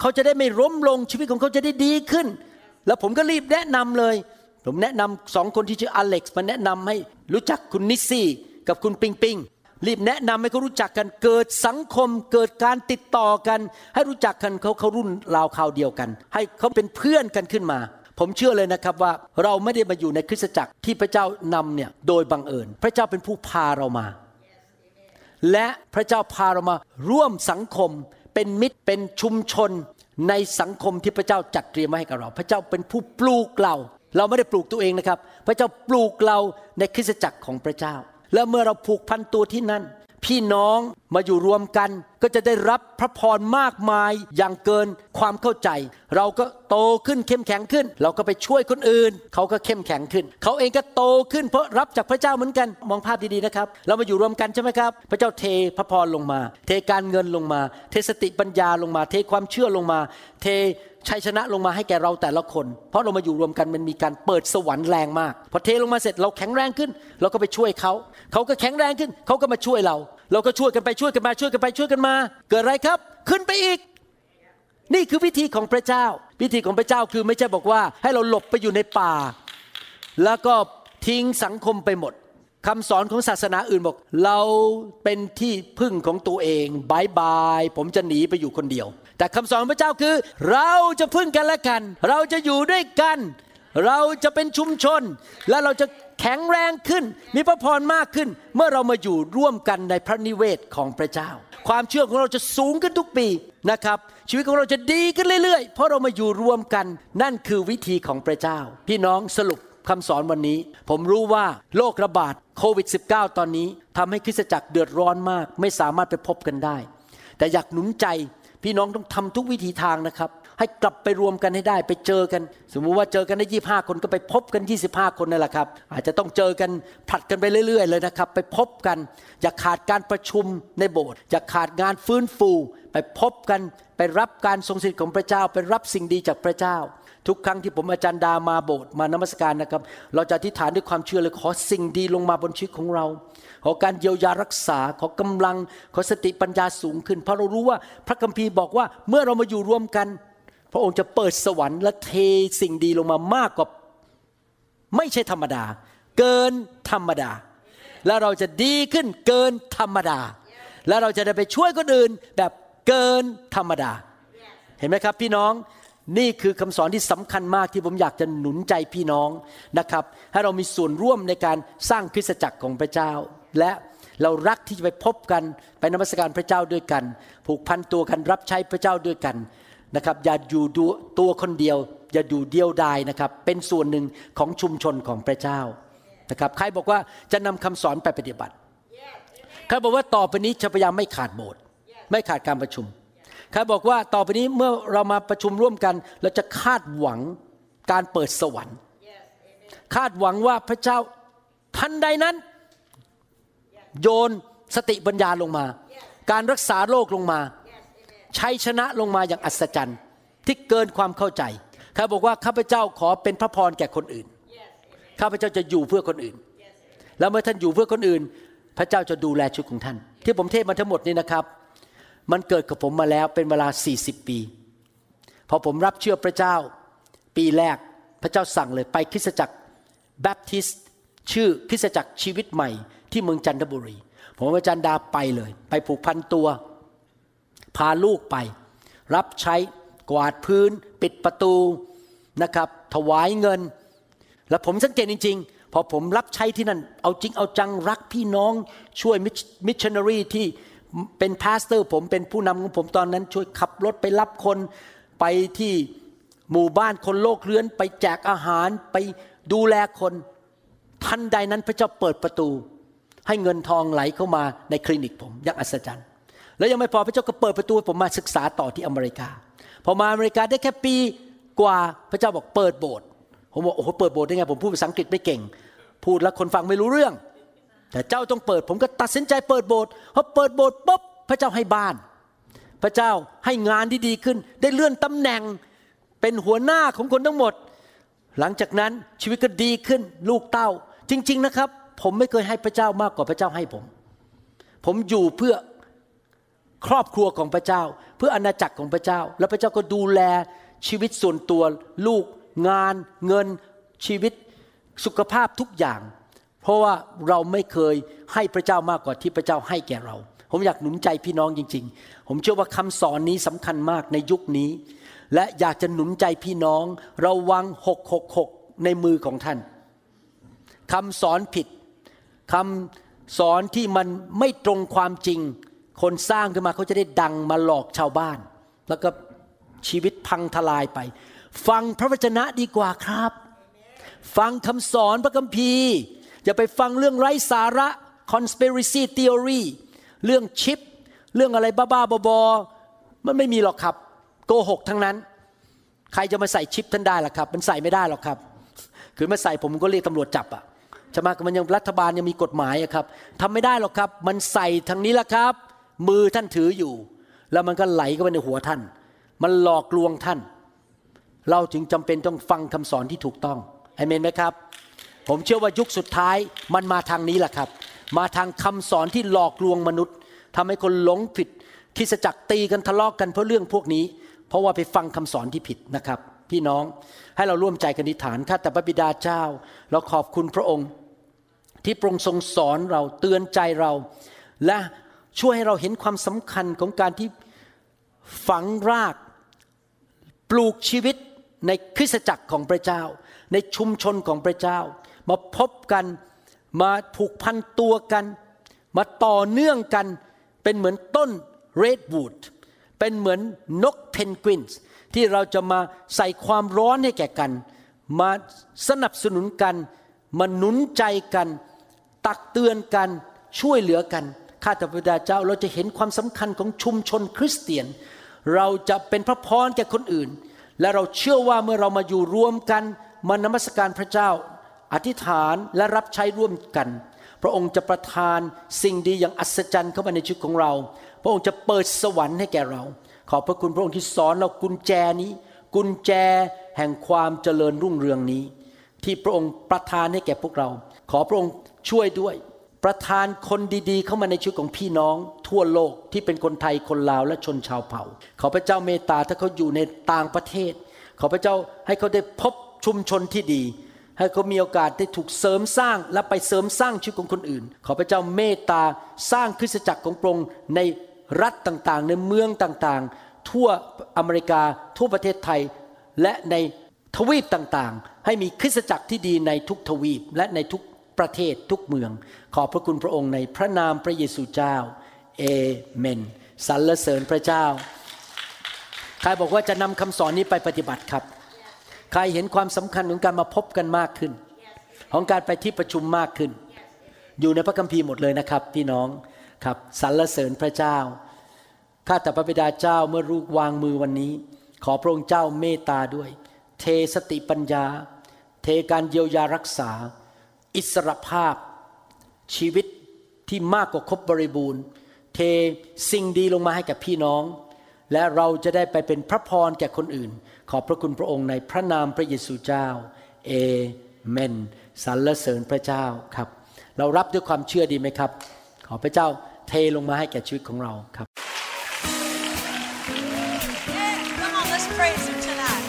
เขาจะได้ไม่ล้มลงชีวิตของเขาจะได้ดีขึ้นแล้วผมก็รีบแนะนำเลยผมแนะนำสองคนที่ชื่ออเล็กซ์มาแนะนำให้รู้จักคุณนิสซี่กับคุณปิงปิงรีบแนะนำให้เขารู้จักกันเกิดสังคมเกิดการติดต่อกันให้รู้จักกันเขาเขารุ่นราวคราวเดียวกันให้เขาเป็นเพื่อนกันขึ้นมาผมเชื่อเลยนะครับว่าเราไม่ได้มาอยู่ในคริสตจักรที่พระเจ้านำเนี่ยโดยบังเอิญพระเจ้าเป็นผู้พาเรามาและพระเจ้าพาเรามาร่วมสังคมเป็นมิตรเป็นชุมชนในสังคมที่พระเจ้าจัดเตรียมมาให้กับเราพระเจ้าเป็นผู้ปลูกเราเราไม่ได้ปลูกตัวเองนะครับพระเจ้าปลูกเราในคริสตจักรของพระเจ้าและเมื่อเราผูกพันตัวที่นั่นพี่น้องมาอยู่รวมกันก็จะได้รับพระพรมากมายอย่างเกินความเข้าใจเราก็โตขึ้นเข้มแข็งขึ้นเราก็ไปช่วยคนอื่นเขาก็เข้มแข็งขึ้นเขาเองก็โตขึ้นเพราะรับจากพระเจ้าเหมือนกันมองภาพดีๆนะครับเรามาอยู่รวมกันใช่ไหมครับพระเจ้าเทพระพรลงมาเทการเงินลงมาเทสติปัญญาลงมาเทความเชื่อลงมาเทชัยชนะลงมาให้แก่เราแต่ละคนเพราะเรามาอยู่รวมกันมันมีการเปิดสวรรค์แรงมากพอเทลงมาเสร็จเราแข็งแรงขึ้นเราก็ไปช่วยเขาเขาก็แข็งแรงขึ้นเขาก็มาช่วยเราเราก็ช่วยกันไปช่วยกันมาช่วยกันไปช่วยกันมาเกิดอะไรครับขึ้นไปอีกนี่คือวิธีของพระเจ้าวิธีของพระเจ้าคือไม่ใช่บอกว่าให้เราหลบไปอยู่ในป่าแล้วก็ทิ้งสังคมไปหมดคำสอนของศาสนาอื่นบอกเราเป็นที่พึ่งของตัวเองบายบายผมจะหนีไปอยู่คนเดียวแต่คำสอนของพระเจ้าคือเราจะพึ่งกันและกันเราจะอยู่ด้วยกันเราจะเป็นชุมชนและเราจะแข็งแรงขึ้นมีพระพรมากขึ้นเมื่อเรามาอยู่ร่วมกันในพระนิเวศของพระเจ้าความเชื่อของเราจะสูงขึ้นทุกปีนะครับชีวิตของเราจะดีขึ้นเรื่อยๆเพราะเรามาอยู่รวมกันนั่นคือวิธีของพระเจ้าพี่น้องสรุปคำสอนวันนี้ผมรู้ว่าโรคระบาดโควิด สิบเก้า ตอนนี้ทำให้คริสตจักรเดือดร้อนมากไม่สามารถไปพบกันได้แต่อยากหนุนใจพี่น้องต้องทำทุกวิธีทางนะครับให้กลับไปรวมกันให้ได้ไปเจอกันสมมุติว่าเจอกันได้ยี่สิบห้าคนก็ไปพบกันยี่สิบห้าคนนั่นแหละครับอาจจะต้องเจอกันผลัดกันไปเรื่อยๆเลยนะครับไปพบกันอย่าขาดการประชุมในโบสถ์อย่าขาดงานฟื้นฟูไปพบกันไปรับการทรงสถิตของพระเจ้าไปรับสิ่งดีจากพระเจ้าทุกครั้งที่ผมอาจารย์ดามาโบสถ์มานมัสการนะครับเราจะอธิษฐานด้วยความเชื่อเลยขอสิ่งดีลงมาบนชีวิตของเราขอการเยียวยารักษาขอกำลังขอสติปัญญาสูงขึ้นเพราะเรารู้ว่าพระคัมภีร์บอกว่าเมื่อเรามาอยู่รวมกันพระองค์จะเปิดสวรรค์และเทสิ่งดีลงมามากกว่าไม่ใช่ธรรมดาเกินธรรมดาและเราจะดีขึ้นเกินธรรมดาและเราจะได้ไปช่วยคนอื่นแบบเกินธรรมดาเห็นไหมครับพี่น้องนี่คือคำสอนที่สำคัญมากที่ผมอยากจะหนุนใจพี่น้องนะครับให้เรามีส่วนร่วมในการสร้างคริสตจักรของพระเจ้าและเรารักที่จะไปพบกันไปนมัสการพระเจ้าด้วยกันผูกพันตัวกันรับใช้พระเจ้าด้วยกันนะครับอย่าอยู่ดูตัวคนเดียวอย่าดูเดียวดายนะครับเป็นส่วนหนึ่งของชุมชนของพระเจ้านะครับใครบอกว่าจะนำคำสอนไปปฏิบัติใครบอกว่าต่อไปนี้จะพยายามไม่ขาดโบสถ์ไม่ขาดการประชุมใครบอกว่าต่อไปนี้เมื่อเรามาประชุมร่วมกันเราจะคาดหวังการเปิดสวรรค์คาดหวังว่าพระเจ้าทันใดนั้นโยนสติปัญญาลงมาการรักษาโรคลงมาชัยชนะลงมาอย่างอัศจรรย์ที่เกินความเข้าใจใครบอกว่าข้าพเจ้าขอเป็นพระพรแก่คนอื่นข้าพเจ้าจะอยู่เพื่อคนอื่นแล้วเมื่อท่านอยู่เพื่อคนอื่นพระเจ้าจะดูแลชีวิตของท่านที่ผมเทศมาทั้งหมดนี้นะครับมันเกิดกับผมมาแล้วเป็นเวลาสี่สิบปีพอผมรับเชื่อพระเจ้าปีแรกพระเจ้าสั่งเลยไปคริสตจักรแบปทิสต์ชื่อคริสตจักรชีวิตใหม่ที่เมืองจันทบุรีผมอาจารย์ดาไปเลยไปผูกพันตัวพาลูกไปรับใช้กวาดพื้นปิดประตูนะครับถวายเงินแล้วผมสังเกตจริงๆพอผมรับใช้ที่นั่นเอาจริงเอาจังรักพี่น้องช่วยมิชชันนารีที่เป็นพาสเตอร์ผมเป็นผู้นำของผมตอนนั้นช่วยขับรถไปรับคนไปที่หมู่บ้านคนโลกเรื้อนไปแจกอาหารไปดูแลคนทันใดนั้นพระเจ้าเปิดประตูให้เงินทองไหลเข้ามาในคลินิกผมอย่างอัศจรรย์แล้วยังไม่พอพระเจ้าก็เปิดประตูให้ผมมาศึกษาต่อที่อเมริกาพอมาอเมริกาได้แค่ปีกว่าพระเจ้าบอกเปิดโบสถ์ผมบอกโอ้โหเปิดโบสถ์ได้ไงผมพูดภาษาอังกฤษไม่เก่งพูดแล้วคนฟังไม่รู้เรื่องแต่เจ้าต้องเปิดผมก็ตัดสินใจเปิดโบสถ์พอเปิดโบสถ์ปุ๊บพระเจ้าให้บ้านพระเจ้าให้งานที่ดีขึ้นได้เลื่อนตำแหน่งเป็นหัวหน้าของคนทั้งหมดหลังจากนั้นชีวิตก็ดีขึ้นลูกเต้าจริงๆนะครับผมไม่เคยให้พระเจ้ามากกว่าพระเจ้าให้ผมผมอยู่เพื่อครอบครัวของพระเจ้าเพื่ออาณาจักรของพระเจ้าแล้วพระเจ้าก็ดูแลชีวิตส่วนตัวลูกงานเงินชีวิตสุขภาพทุกอย่างเพราะว่าเราไม่เคยให้พระเจ้ามากกว่าที่พระเจ้าให้แก่เราผมอยากหนุนใจพี่น้องจริงๆผมเชื่อว่าคำสอนนี้สำคัญมากในยุคนี้และอยากจะหนุนใจพี่น้องระวังหกหกหกในมือของท่านคำสอนผิดคำสอนที่มันไม่ตรงความจริงคนสร้างขึ้นมาเขาจะได้ดังมาหลอกชาวบ้านแล้วก็ชีวิตพังทลายไปฟังพระวจนะดีกว่าครับฟังคำสอนพระคัมภีร์อย่าไปฟังเรื่องไร้สาระ conspiracy theory เรื่องชิปเรื่องอะไรบ้าๆบอๆมันไม่มีหรอกครับโกหกทั้งนั้นใครจะมาใส่ชิปท่านได้ล่ะครับมันใส่ไม่ได้หรอกครับคือมาใส่ผมก็เรียกตำรวจจับอ่ะใช่ไหมมันยังรัฐบาลยังมีกฎหมายอะครับทำไม่ได้หรอกครับมันใส่ทางนี้ละครับมือท่านถืออยู่แล้วมันก็ไหลเข้าไปในหัวท่านมันหลอกลวงท่านเราจึงจำเป็นต้องฟังคำสอนที่ถูกต้องอาเมนไหมครับผมเชื่อว่ายุคสุดท้ายมันมาทางนี้แหละครับมาทางคำสอนที่หลอกลวงมนุษย์ทำให้คนหลงผิดคริสตจักรตีกันทะเลาะกันเพราะเรื่องพวกนี้เพราะว่าไปฟังคำสอนที่ผิดนะครับพี่น้องให้เราร่วมใจกันอธิษฐานข้าแต่พระบิดาเจ้าเราขอบคุณพระองค์ที่พระองค์ทรงสอนเราเตือนใจเราและช่วยให้เราเห็นความสำคัญของการที่ฝังรากปลูกชีวิตในคริสตจักรของพระเจ้าในชุมชนของพระเจ้ามาพบกันมาผูกพันตัวกันมาต่อเนื่องกันเป็นเหมือนต้นเรดวูดเป็นเหมือนนกเพนกวินส์ที่เราจะมาใส่ความร้อนให้แก่กันมาสนับสนุนกันมาหนุนใจกันตักเตือนกันช่วยเหลือกันข้าแต่พระบิดาเจ้าเราจะเห็นความสำคัญของชุมชนคริสเตียนเราจะเป็นพระพรแก่คนอื่นและเราเชื่อว่าเมื่อเรามาอยู่รวมกันมานมัสการพระเจ้าอธิษฐานและรับใช้ร่วมกันพระองค์จะประทานสิ่งดีอย่างอัศจรรย์เข้ามาในชีวิตของเราพระองค์จะเปิดสวรรค์ให้แก่เราขอบพระคุณพระองค์ที่สอนเรากุญแจนี้กุญแจแห่งความเจริญรุ่งเรืองนี้ที่พระองค์ประทานให้แก่พวกเราขอพระองค์ช่วยด้วยประทานคนดีๆเข้ามาในชีวิตของพี่น้องทั่วโลกที่เป็นคนไทยคนลาวและชนชาวเผ่าขอพระเจ้าเมตตาถ้าเขาอยู่ในต่างประเทศขอพระเจ้าให้เขาได้พบชุมชนที่ดีให้เขามีโอกาสได้ถูกเสริมสร้างและไปเสริมสร้างชีวิตของคนอื่นขอพระเจ้าเมตตาสร้างคริสตจักรของพระองค์ในรัฐต่างๆในเมืองต่างๆทั่วอเมริกาทั่วประเทศไทยและในทวีปต่างๆให้มีคริสตจักรที่ดีในทุกทวีปและในทุกประเทศทุกเมืองขอบพระคุณพระองค์ในพระนามพระเยซูเจ้าเอเมนสรรเสริญพระเจ้าใครบอกว่าจะนำคำสอนนี้ไปปฏิบัติครับใครเห็นความสำคัญของการมาพบกันมากขึ้นของการไปที่ประชุมมากขึ้นอยู่ในพระคัมภีร์หมดเลยนะครับพี่น้องครับสรรเสริญพระเจ้าข้าแต่พระบิดาเจ้าเมื่อลูกวางมือวันนี้ขอพระองค์เจ้าเมตตาด้วยเทสติปัญญาเทการเยียวยารักษาอิสรภาพชีวิตที่มากกว่าครบบริบูรณ์เทสิ่งดีลงมาให้กับพี่น้องและเราจะได้ไปเป็นพระพรแก่คนอื่นขอบพระคุณพระองค์ในพระนามพระเยซูเจ้าเอเมนสรรเสริญพระเจ้าครับเรารับด้วยความเชื่อดีไหมครับขอพระเจ้าเทลงมาให้แก่ชีวิตของเราครับ Come on, let's praise him tonight.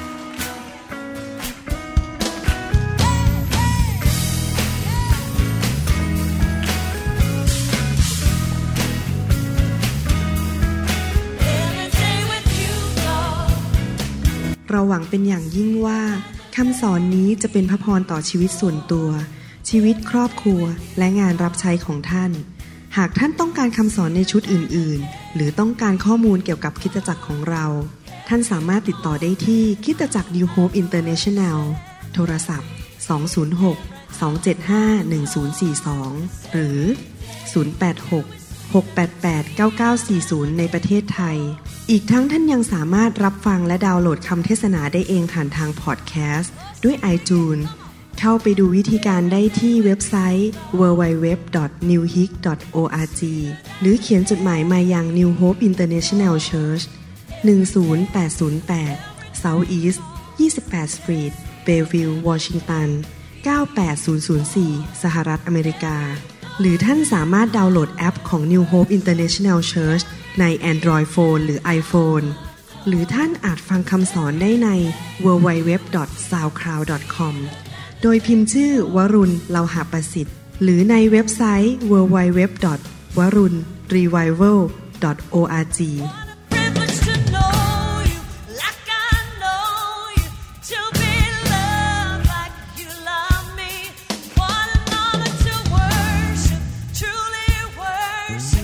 เราหวังเป็นอย่างยิ่งว่าคำสอนนี้จะเป็นพระพรต่อชีวิตส่วนตัวชีวิตครอบครัวและงานรับใช้ของท่านหากท่านต้องการคำสอนในชุดอื่นๆหรือต้องการข้อมูลเกี่ยวกับคริสตจักรของเราท่านสามารถติดต่อได้ที่คริสตจักร New Hope International โทรศัพท์สอง ศูนย์ หก สอง เจ็ด ห้า หนึ่ง ศูนย์ สี่ สองหรือศูนย์ แปด หก หก แปด แปด เก้า เก้า สี่ ศูนย์ในประเทศไทยอีกทั้งท่านยังสามารถรับฟังและดาวน์โหลดคำเทศนาได้เองผ่านทางพอดแคสต์ด้วย iTunes เข้าไปดูวิธีการได้ที่เว็บไซต์ ดับเบิลยู ดับเบิลยู ดับเบิลยู ดอท นิว ฮิก ดอท โอ อาร์ จี หรือเขียนจดหมายมายัง New Hope International Church หนึ่ง ศูนย์ แปด ศูนย์ แปด South East ยี่สิบแปด Street Bellevue Washington เก้า แปด ศูนย์ ศูนย์ สี่ สหรัฐอเมริกาหรือท่านสามารถดาวน์โหลดแอปของ New Hope International Church ใน Android Phone หรือ iPhone หรือท่านอาจฟังคำสอนได้ใน ดับเบิลยู ดับเบิลยู ดับเบิลยู ดอท ซาวด์คลาวด์ ดอท คอม โดยพิมพ์ชื่อวรุณเลาหะประสิทธิ์หรือในเว็บไซต์ ดับเบิลยู ดับเบิลยู ดับเบิลยู ดอท วรุณ รีไววัล ดอท โอ อาร์ จี Worship, truly worship.